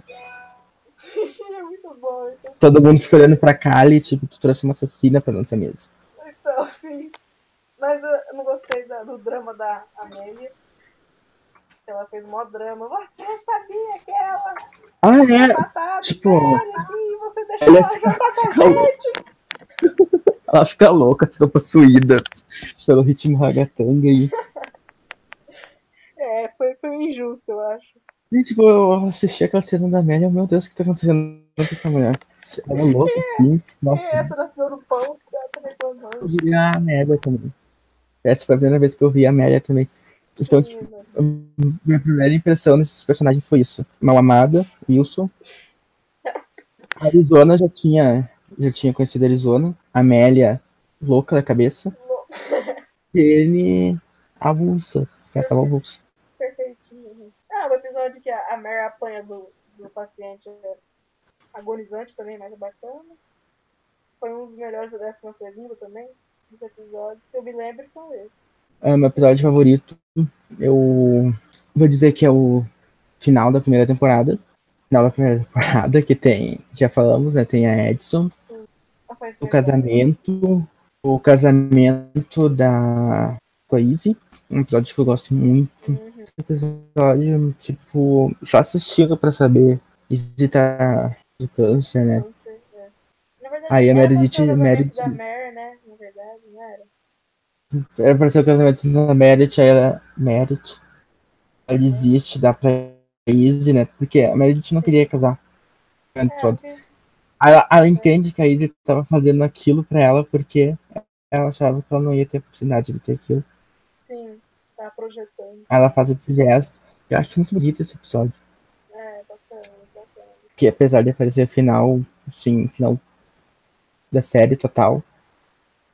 É muito bom. Então, Todo mundo fica olhando pra Kali, tipo, tu trouxe uma assassina pra nossa mesa. então sim. Mas eu não gostei da, do drama da Amélia. Ela fez mó drama. Você sabia que ela Ah, tinha é? matado Tipo, o Derek e você deixou ela ela fica, jantar com fica a louca. gente? Ela fica louca, fica possuída pelo ritmo ragatanga aí. É, foi, foi injusto, eu acho. E tipo, eu assisti aquela cena da Amélia, meu Deus, o que tá acontecendo com essa mulher? Ela é louca, sim. Quem é essa da flor do pão que ela tá Eu reclamando? vi a Amélia também. Essa foi a primeira vez que eu vi a Amélia também. Então, tipo, a minha primeira impressão desses personagens foi isso. Mal amada, Wilson. A Arizona já tinha, já tinha conhecido a Arizona. A Amélia, louca da cabeça. Penny, avulsa. Ela tava avulsa. Perfeitinho. Ah, o episódio que a, a Mary apanha do, do paciente é agonizante também, mas é bacana. Foi um dos melhores da décima segunda também, dos episódios. Que eu me lembro são esses. É meu episódio favorito. Eu vou dizer que é o final da primeira temporada. Final da primeira temporada, que tem, já falamos, né? Tem a Edson. O casamento. O casamento da com a Izzy. Um episódio que eu gosto muito. Uhum. Esse episódio, tipo, só assistindo pra saber. Izzy tá de câncer, né? Não sei, é. Na verdade, Aí a era pra Meredith. ser o casamento Meredith da Mary, né? Na verdade, não era? era pra ser o casamento da Meredith, aí ela. Meredith. Ela desiste, dá pra Izzy, né? Porque a Meredith não queria casar. O tempo É, todo. porque Ela, ela entende que a Izzy tava fazendo aquilo pra ela porque ela achava que ela não ia ter a oportunidade de ter aquilo. sim, tá projetando. Aí ela faz esse gesto. Eu acho muito bonito esse episódio. É, bacana, bacana. Que apesar de aparecer final, assim, final da série total,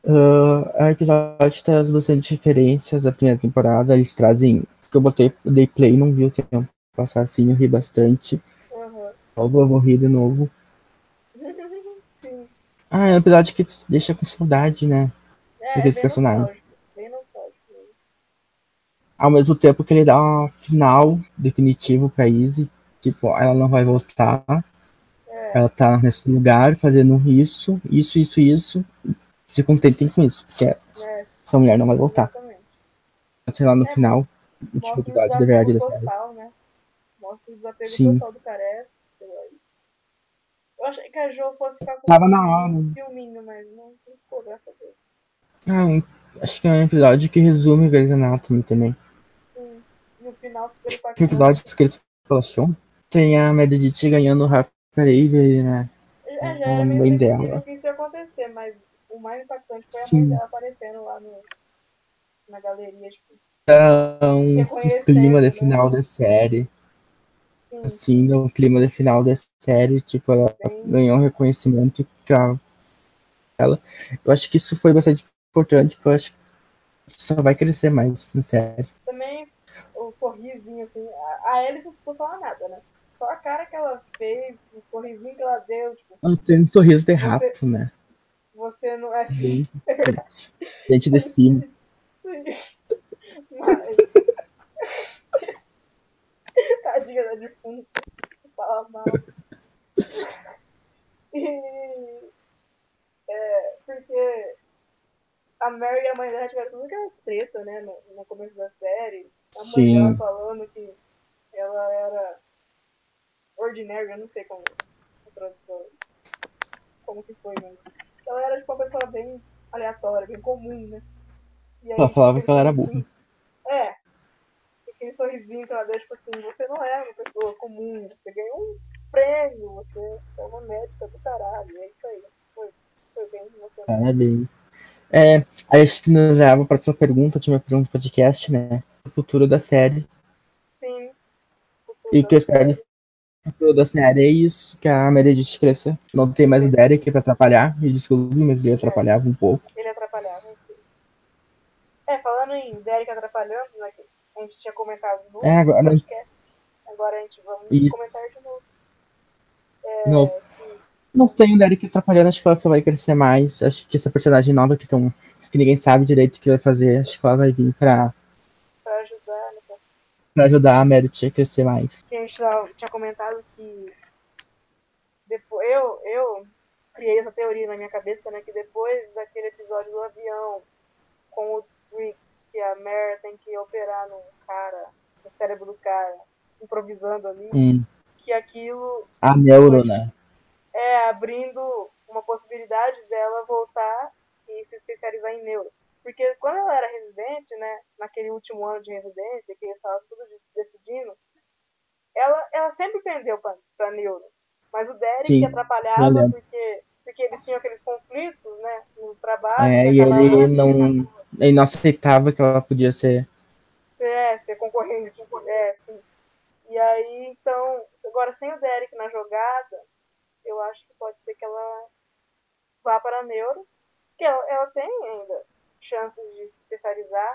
Uh, o episódio traz bastante referências à primeira temporada. Eles trazem. Que eu botei, eu dei play e não vi o tempo passar assim, eu ri bastante. Uhum. Eu vou morrer de novo. Sim. Ah, é um episódio que te deixa com saudade, né? É, é Daqueles bem personagens. nostálgico. Bem nostálgico mesmo. Ao mesmo tempo que ele dá um final definitivo pra Izzy. Tipo, ela não vai voltar. É, Ela tá nesse lugar fazendo isso, isso, isso, isso. Se contentem com isso, porque né? essa mulher não vai voltar. Exatamente. Sei lá, no É, mo- final, o último mostra o episódio da verdade desapego da série. total, né? Mostra o desapego Sim. total do cara. sei lá. Eu achei que a Jo fosse ficar com Tava na um hora. ciúminho, mas não não ficou, graças a Deus. Ah, um- acho que é um episódio que resume Grey's Anatomy também. Sim. No final, super Que impactante. episódio que eles relacionam. Tem a Meredith ganhando o Harper Avery, né? É, já A era meio mãe previsível dela. que isso ia acontecer, mas o mais impactante foi a mãe Sim. dela aparecendo lá no, na galeria, tipo, Dá um clima de reconhecendo, né? final da série. Sim, Assim, dá um clima de final da série. Tipo, ela bem. ganhou um reconhecimento que a- ela. Eu acho que isso foi bastante importante, porque eu acho que só vai crescer mais na série. Também o sorrisinho, assim. A, a Alice não precisou falar nada, né? Só a cara que ela fez, o sorrisinho que ela deu, tipo, Ela tem um sorriso de você, rato, né? você não é assim. Bem, É verdade. dente de cima. Mas, tadinha da defunta, fala mal. E, é, porque a Mary e a mãe dela tiveram tudo aquelas treta, né, no, no começo da série. A mãe dela Sim. falando que ela era ordinária, eu não sei como a tradução, como que foi mesmo. Ela era tipo uma pessoa bem aleatória, bem comum, né? E Ela aí, tipo, falava aquele que ela era burra. sorrisinho. É, aquele sorrisinho que ela deu, tipo assim, você não é uma pessoa comum, você ganhou um prêmio, você é uma médica do caralho. É isso aí. Foi, foi bem emocionante. Parabéns. É, aí acho que nos leva para tua pergunta, tinha uma pergunta do podcast, né? O futuro da série. Sim, o futuro E o da que eu espero série. do futuro da série é isso, que a Meredith cresça. Não tem mais o Derek pra atrapalhar. Me desculpe, mas ele É, atrapalhava um pouco. ele atrapalhava, assim. É, falando em Derek atrapalhando, né, que a gente tinha comentado no É, último agora. podcast, agora a gente vamos E comentar de novo. não, É, que, não tem o Derek atrapalhando, acho que ela só vai crescer mais. Acho que essa personagem nova que, tão, que ninguém sabe direito o que vai fazer, acho que ela vai vir pra, pra ajudar, né, pra ajudar a Meredith a crescer mais. que a gente já tinha comentado que depois, eu, eu criei essa teoria na minha cabeça, né, que depois daquele episódio do avião com o Riggs, que a Mare tem que operar no cara, no cérebro do cara, improvisando ali, Hum, que aquilo a Neuro, foi né? é, abrindo uma possibilidade dela voltar e se especializar em neuro. Porque quando ela era residente, né, naquele último ano de residência, que eles estavam tudo decidindo, ela, ela sempre pendeu para neuro. Mas o Derek que Sim, eu atrapalhava lembro. porque, porque eles tinham aqueles conflitos, né, no trabalho, que É, e acabava ele não, ele não aceitava que ela podia ser. ser, ser concorrente. É, assim. E aí, então, agora sem o Derek na jogada, eu acho que pode ser que ela vá para a neuro, que ela, ela tem ainda chances de se especializar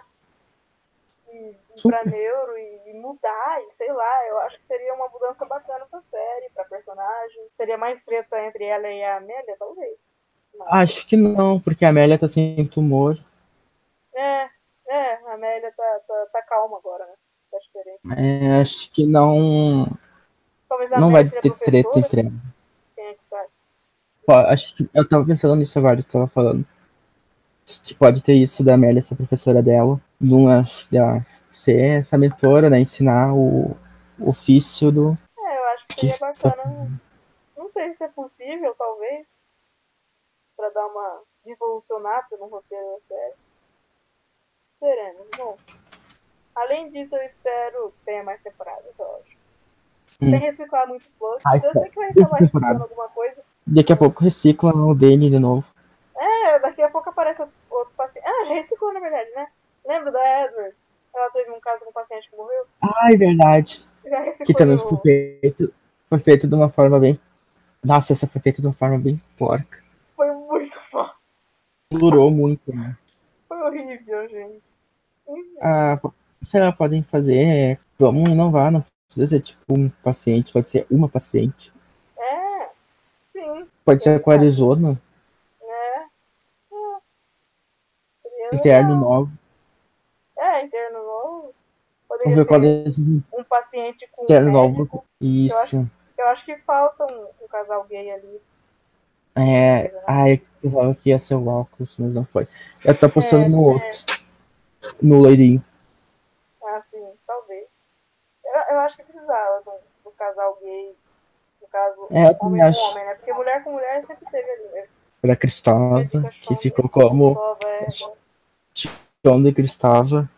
e ir para Super. neuro e, e mudar, e sei lá, eu acho que seria uma mudança bacana pra série, pra personagem. Seria mais treta entre ela e a Amélia, talvez. Mas, Acho que não, porque a Amélia tá sem tumor. é, é, a Amélia tá, tá, tá calma agora, né? Tá diferente. É, acho que não. Talvez a Não Amélia vai seja ter treta professora, entre elas. quem é que sabe? Pô, acho que eu tava pensando nisso agora, eu tava falando. Acho que pode ter isso da Amélia, essa professora dela. Não acho dela ser essa mentora, né? Ensinar o, o ofício do. É, eu acho que Que seria tá- bacana. Não sei se é possível, talvez, pra dar uma revolucionada no roteiro da série. Esperemos. Bom, além disso, eu espero que tenha mais temporadas, eu acho. Sem Hum. reciclar muito plot. Ah, Eu sei espera. que vai Essa acabar reciclando temporada. alguma coisa. Daqui a pouco recicla o Danny de novo. É, daqui a pouco aparece outro paciente. Ah, já reciclou na verdade, né? Lembra da Edward? Ela teve um caso com um paciente que morreu? Ah, é verdade. Já Que reciclou de também foi novo. feito, foi feito de uma forma bem. Nossa, essa foi feita de uma forma bem porca. Foi muito foda. durou muito, né? Foi horrível, gente. Enfim. Ah, sei lá, podem fazer, é, vamos inovar, não precisa ser tipo um paciente, pode ser uma paciente. É, sim. Pode Quem ser com a sabe, Arizona, né? É, seria interno legal. novo. É, interno novo. Vamos Poderia ver qual ser desses um paciente com um interno novo. médico. Eu acho, Isso. eu acho que falta um, um casal gay ali. É. Coisa, né? Ai, eu pensava que ia ser o óculos, mas não foi. Eu tô apostando É, no outro. No loirinho. assim, talvez. Eu, eu acho que precisava do, do casal gay, no caso, É, eu também homem com acho. homem, né? Porque mulher com mulher sempre teve ali mesmo. Pra Grande Cristóvão, que questão do ficou como Cristóvão, é, Chão de Cristóvão.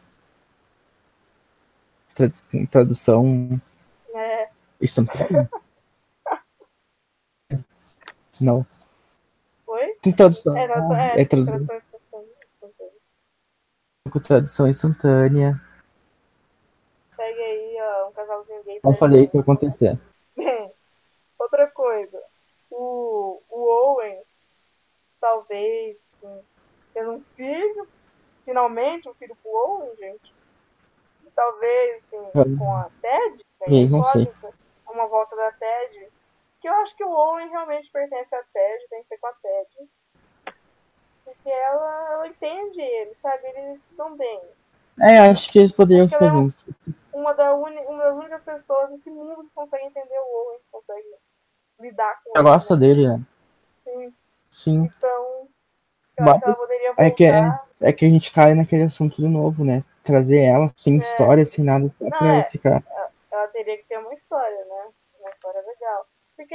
Tra- Tradução é, instantânea? Não. foi? Com tradução. É, tradução, é, É tradução, tradução instantânea. instantânea. com tradução instantânea. Segue aí, ó, um casalzinho gay Não pra falei gente. que ia acontecer. Bem, outra coisa. O, o Owen, talvez, sim, tendo um filho, finalmente um filho pro Owen, gente. E talvez, assim, com a Ted, bem Não sei. incógnita, uma volta da Ted. Que eu acho que o Owen realmente pertence à Ted, tem que ser com a Ted. Porque ela, ela entende ele, sabe? Eles se dão bem. É, acho que eles poderiam Acho que ela ficar é um- juntos. uma, da uni, uma das únicas pessoas nesse mundo que consegue entender o Owen, que consegue lidar com Eu ele, gosto né? dele, né? Sim. Sim. Então, eu acho que ela Mas poderia é que, é, voltar. é que a gente cai naquele assunto de novo, né? Trazer ela sem É, história, sem nada, só não, pra é. ficar. Ela teria que ter uma história, né? Uma história legal. Porque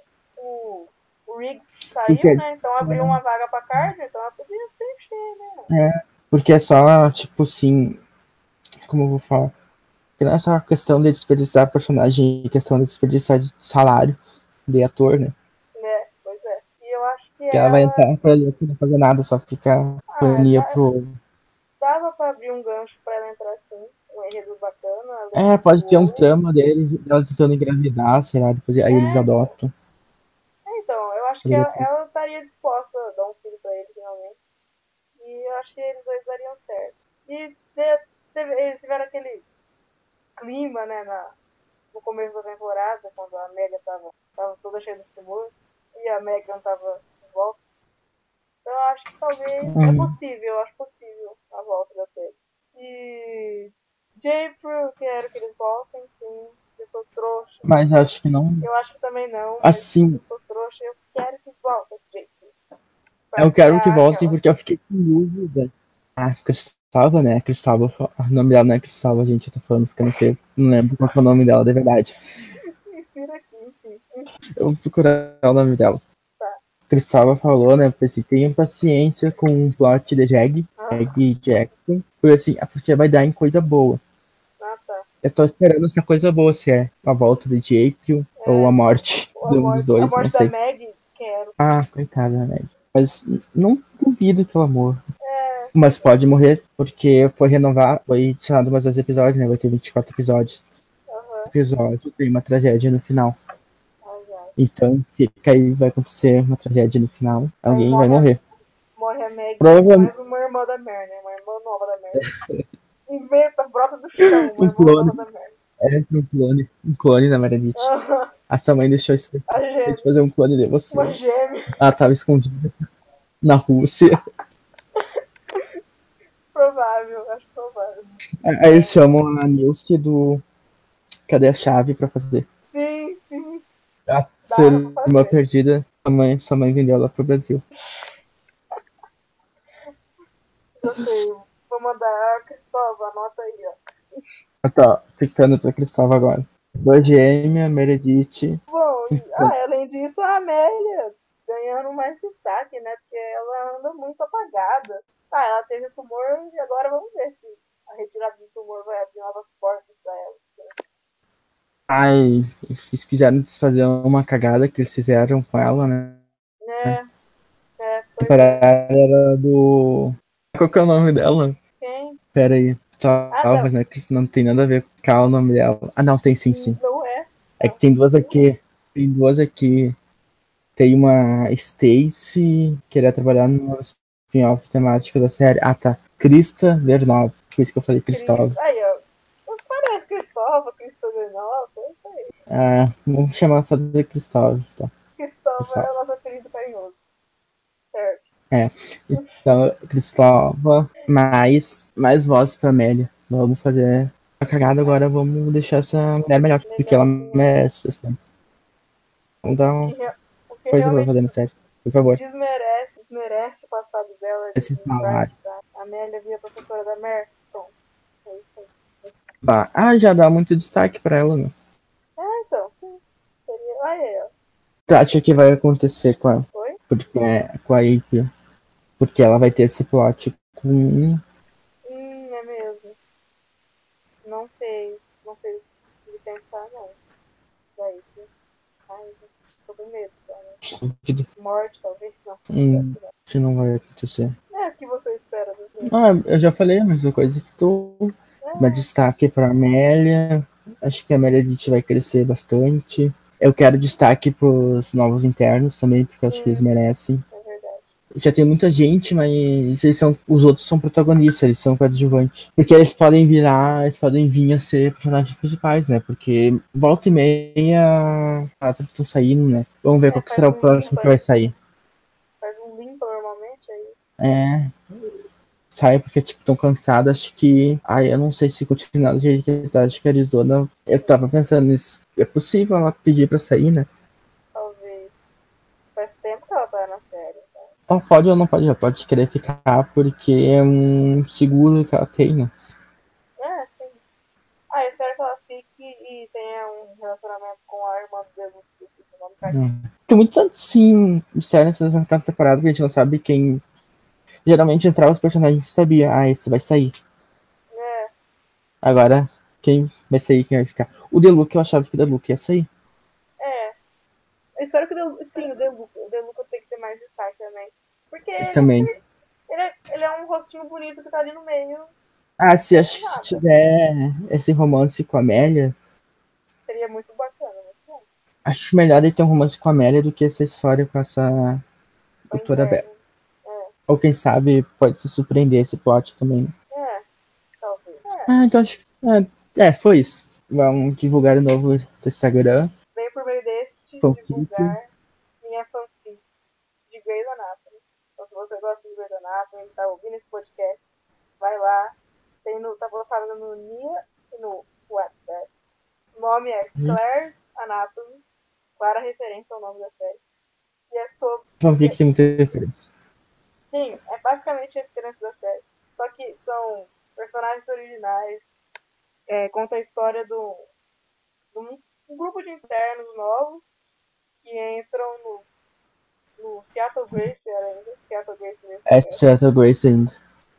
o, o Riggs saiu, Porque, né? Então abriu uma vaga pra Carter, então ela podia preencher, né? é, porque é só, tipo assim, como eu vou falar? Que não é só questão de desperdiçar personagem, é questão de desperdiçar de salário de ator, né? né? Pois é. E eu acho que Que ela vai ela. entrar pra ele não fazer nada, só ficar Ah, companhia dá- pro. dava pra abrir um gancho pra ela entrar assim. Um enredo bacana, além É, do pode ter um Owen. trama deles, delas tentando engravidar, sei lá, depois aí eles É, então. adotam. É, então, eu acho que Poderia ela, ter. ela estaria disposta a dar um filho pra ele finalmente. E eu acho que eles dois dariam certo. E te- teve- eles tiveram aquele clima, né, na, no começo da temporada, quando a Amélia tava, tava toda cheia de tumor e a Megan tava de volta. Então eu acho que talvez. É Hum, possível, eu acho possível a volta da série. E. J-Pro, eu quero que eles voltem, sim. Eu sou trouxa. mas acho que não. Eu acho que também não, mas Assim, eu sou trouxa e eu quero que voltem, J-Pro. Pra eu quero que criar voltem aquela. porque eu fiquei com dúvida. A Cristóvão, né? Cristóvão, o nome dela não é Cristóvão, gente, eu tô falando porque eu não sei, não lembro qual que é o nome dela de verdade. Insira aqui, enfim. Eu vou procurar o nome dela. Tá. Cristóvão falou, né? Assim, tenha paciência com um plot de Jag, Ah, Jag Jackson, por assim, porque vai dar em coisa boa. ah tá. Eu tô esperando essa coisa boa, se é a volta de April ou a morte A de um dos morte, a dois, não morte da sei. Maggie, quero. Ah, coitada, né? Mas não duvido que ela morra. É, Mas pode morrer, porque foi renovar, foi adicionado mais dois episódios, né? Vai ter vinte e quatro episódios. aham. Episódio tem uma tragédia no final. Ai, ai. Então, fica aí, vai acontecer uma tragédia no final. Aí Alguém vai morre a, morrer. morre a Maggie, Provavelmente mais uma irmã da Mer, né? Uma irmã nova da Mer. Inventa, brota do chão, uma um irmã nova clone. da Mer. É um clone. Um clone na Meredith. Aham. A sua mãe deixou isso. A Tem gêmea. que fazer um clone de você. Uma gêmea. Ela tava escondida na Rússia. Provável, acho provável. Aí eles chamam a Nilce do. Cadê a chave pra fazer? Sim, sim. A Dá sua pra irmã fazer. perdida, sua mãe, sua mãe vendeu ela pro Brasil. Já sei. Vou mandar a Cristóvão, anota aí, ó. Ah, tá, ficando pra Cristóvão agora. Dois gêmea, Meredith. Bom, e, ah, além disso, a Amélia ganhando mais destaque, né? Porque ela anda muito apagada. Ah, ela teve tumor e agora vamos ver se a retirada do tumor vai abrir novas portas pra ela. Ai, eles quiseram desfazer uma cagada que eles fizeram com ela, né? É, é, pois Para é. era do. Qual que é o nome dela? Quem? Pera aí. Ah, não. Talvez, né? Que isso não tem nada a ver com o nome dela. Ah, não, tem sim, sim. Não é. É que tem duas aqui. Tem duas aqui. Tem uma Stacy, queria trabalhar no spin-off temático da série. Ah, tá. Krista Vernov. Por isso que eu falei Cristóvão. Cris- Aí, ó. Não parece Cristóvão, Cristóvão, não, é isso aí. Ah, vamos chamar só de Cristóvão, tá? Cristóvão é Cristóvão. o nosso apelido carinhoso. Certo. Então, Cristóvão, mais, mais vozes pra Amélia. Vamos fazer a cagada agora, vamos deixar essa mulher melhor, porque ela merece. Assim. Vamos dar O uma que, rea- o que coisa pra fazer realmente na série, por favor. desmerece, desmerece o passado dela. Esse de salário. Bright, tá? A Amélia via professora da Mer. Pronto. É isso aí. Bah, ah, já dá muito destaque pra ela, né? É, então, sim. Seria... Aí, ó. Tu acha que vai acontecer com a, Foi? porque, com a April? Porque ela vai ter esse plot com... Hum, é mesmo. Não sei. Não sei o que pensar, não. Daí, que- ai, tô com medo, cara. Duvido. Morte, talvez, não. Hum, isso não vai acontecer. É, o que você espera do filme? Ah, eu já falei a mesma coisa que tu. Mas destaque pra Amélia. Acho que a Amélia Edith vai crescer bastante. Eu quero destaque pros novos internos também, porque eu acho que eles merecem. É verdade. Já tem muita gente, mas eles são, os outros são protagonistas, eles são coadjuvantes. Porque eles podem virar, eles podem vir a ser personagens principais, né? Porque volta e meia, ah, estão saindo, né? Vamos ver É, qual que faz será o um próximo limpa. que vai sair. Faz um limpa normalmente aí. É. Sai porque, tipo, tão cansado. Acho que. Ai, eu não sei se continuar do jeito que tá. Acho que a Arizona. Eu tava pensando nisso. É possível ela pedir pra sair, né? Talvez. Faz tempo que ela tá na série. Tá? Ela pode ou não pode, ela pode querer ficar porque é um seguro que ela tem, né? É, sim. Ah, eu espero que ela fique e tenha um relacionamento com a irmã do Deluxe, que eu esqueci o nome, cara. Hum. Tem muito tanto, sim, mistério nessas nessa temporada que a gente não sabe quem. Geralmente entrava os personagens que sabia. Ah, esse vai sair. É, Agora, quem vai sair, quem vai ficar? O Deluxe, eu achava que o Deluxe ia sair. é. Eu espero que o Deluxe, sim, o Deluxe, o Deluxe tem que ter mais destaque também. Porque ele, Também. ele, ele, é, ele é um rostinho bonito que tá ali no meio. Ah, se, acho que se tiver esse romance com a Amélia, Seria muito bacana, muito bom. acho melhor ele ter um romance com a Amélia do que essa história com essa doutora Beth. É, Ou quem sabe pode se surpreender esse plot também. é, talvez. É. Ah, então acho que. É, é, foi isso. Vamos divulgar de novo o Instagram. Vem por meio deste Fanfic. divulgar minha fanfic de Grey's Anatomy. Então, se você gosta de Grey's Anatomy e tá ouvindo esse podcast, vai lá. Tem no, tá postado no Nia e no WhatsApp. O nome é Claire's Anatomy. Clara referência ao nome da série. E é sobre... Fanfic tem muita referência. Sim, é basicamente a referência da série. Só que são personagens originais. É, conta a história do, do um grupo de internos novos que entram no, no Seattle Grace ainda. Seattle Grace mesmo. É Seattle Grace ainda.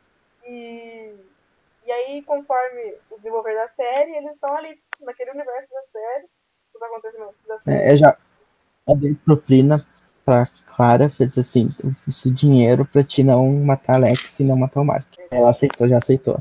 E, e aí, conforme o desenvolver da série, eles estão ali, naquele universo da série, os acontecimentos da série. É, eu já eu dei propina pra Clara, fez assim, esse dinheiro pra ti não matar Alex e não matar o Mark. Ela aceitou, já aceitou.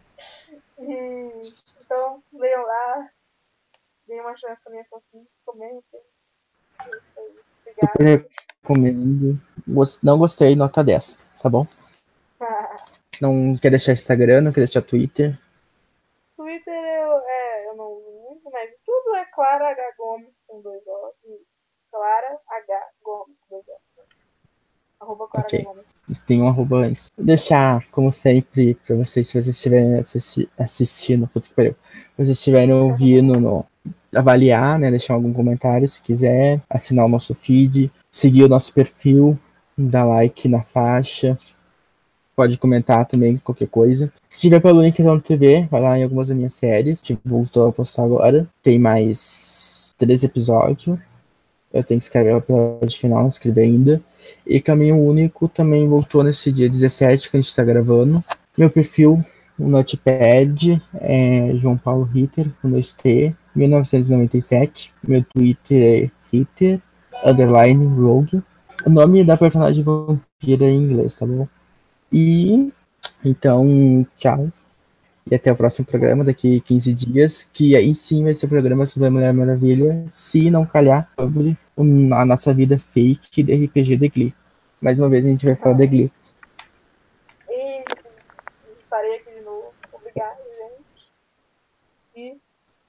E, então, leiam lá, deem uma chance pra minha fanfic, comentem. Obrigada. Super recomendo. Não gostei, nota dez, tá bom? Não quer deixar Instagram, não quer deixar Twitter. Twitter eu, é, eu não uso muito, mas tudo é Clara H. Gomes com dois Os. E Clara H. Gomes com dois Os. Arroba Clara Ok. H. Gomes. Tem um arroba antes. Vou deixar, como sempre, pra vocês, se vocês estiverem assisti assistindo, puta que pariu. Se vocês estiverem ouvindo, no, avaliar, né? Deixar algum comentário se quiser, assinar o nosso feed, seguir o nosso perfil, dar like na faixa. Pode comentar também qualquer coisa. Se tiver pelo link da T V, vai lá em algumas das minhas séries. Tipo, voltou a postar agora. Tem mais três episódios. Eu tenho que escrever o episódio final, não escrevi ainda. E Caminho Único também voltou nesse dia dezessete que a gente tá gravando. Meu perfil, o Notepad, é João Paulo Ritter, com dois T, mil novecentos e noventa e sete. Meu Twitter é Ritter, underline, Rogue. O nome da personagem vampira em inglês, tá bom? E então, tchau. E até o próximo programa, daqui quinze dias, que aí sim vai ser o programa sobre a Mulher Maravilha, se não calhar sobre a nossa vida fake de R P G de Glee. Mais uma vez a gente vai falar de Glee.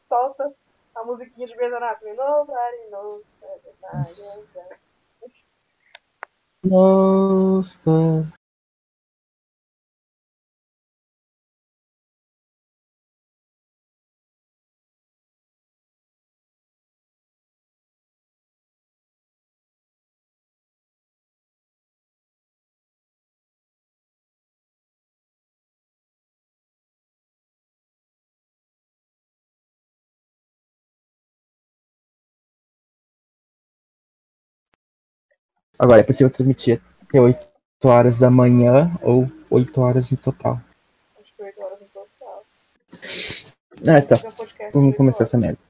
solta a musiquinha de Grey's Anatomy. Nobody knows where the night ends. Nossa. Agora é possível transmitir até oito horas da manhã ou oito horas no total. Acho que oito horas no total. Ah, tá. Fazer um podcast de Vamos oito começar horas. essa merda.